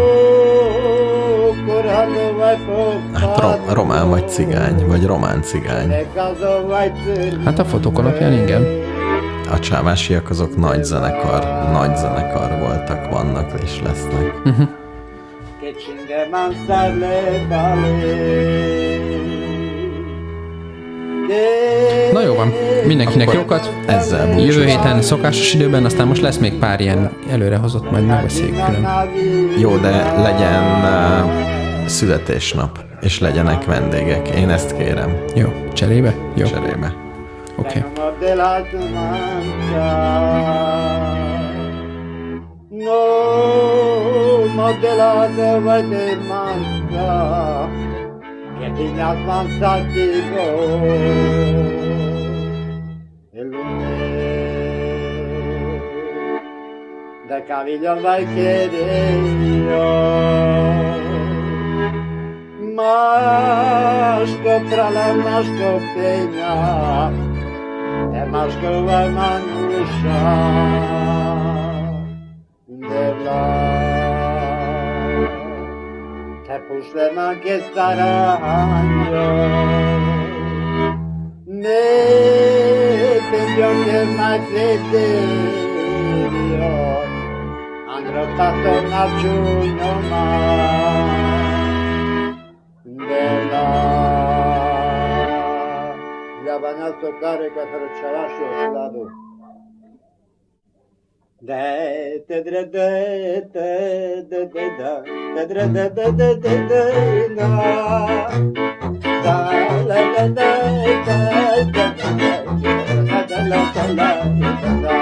Hát rom, román vagy cigány, vagy román cigány. Hát a fotók alapján igen. A csávásiak azok nagy zenekar, nagy zenekar voltak, vannak és lesznek. Uh-huh. Na jó van, mindenkinek Akkor jókat. ezzel búcsúzunk. Jövő héten szokásos időben, aztán most lesz még pár ilyen előrehozott, majd megbeszéljük külön. Jó, de legyen uh, születésnap, és legyenek vendégek. Én ezt kérem Jó, cserébe? Jó, cserébe. oké. No, modela de vede manca, che ti nasmanzati go. Cavillo vai querer Masco tra la masco peña E masco vai manusha De blanc Te pusle man che staranjo Ne pendio che mai fedelio Andrò fatto una giugno ma Della Gli vanno a toccare che freccialascio stato De te dre de te de de da de dre de de de de de da da la la la da da da la la la da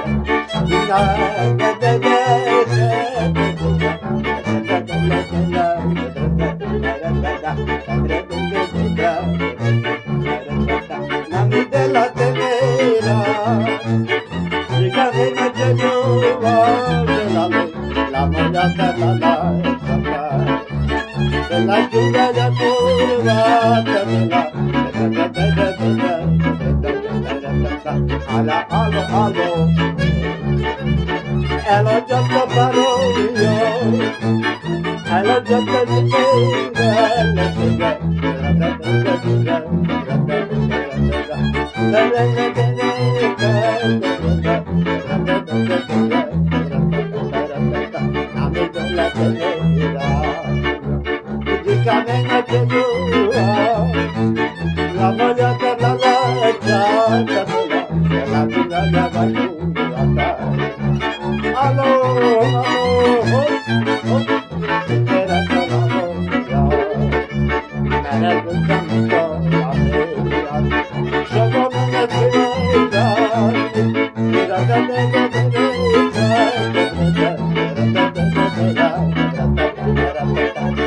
Nami della tenera Ricade na Genova La mogliata la la Della giuda la curva Alla allo allo E l'ho già preparato io E l'ho già preparato La voglia per la legge la vita la valuta allo allo era la voglia era il canto la vita solo me creda era da da da da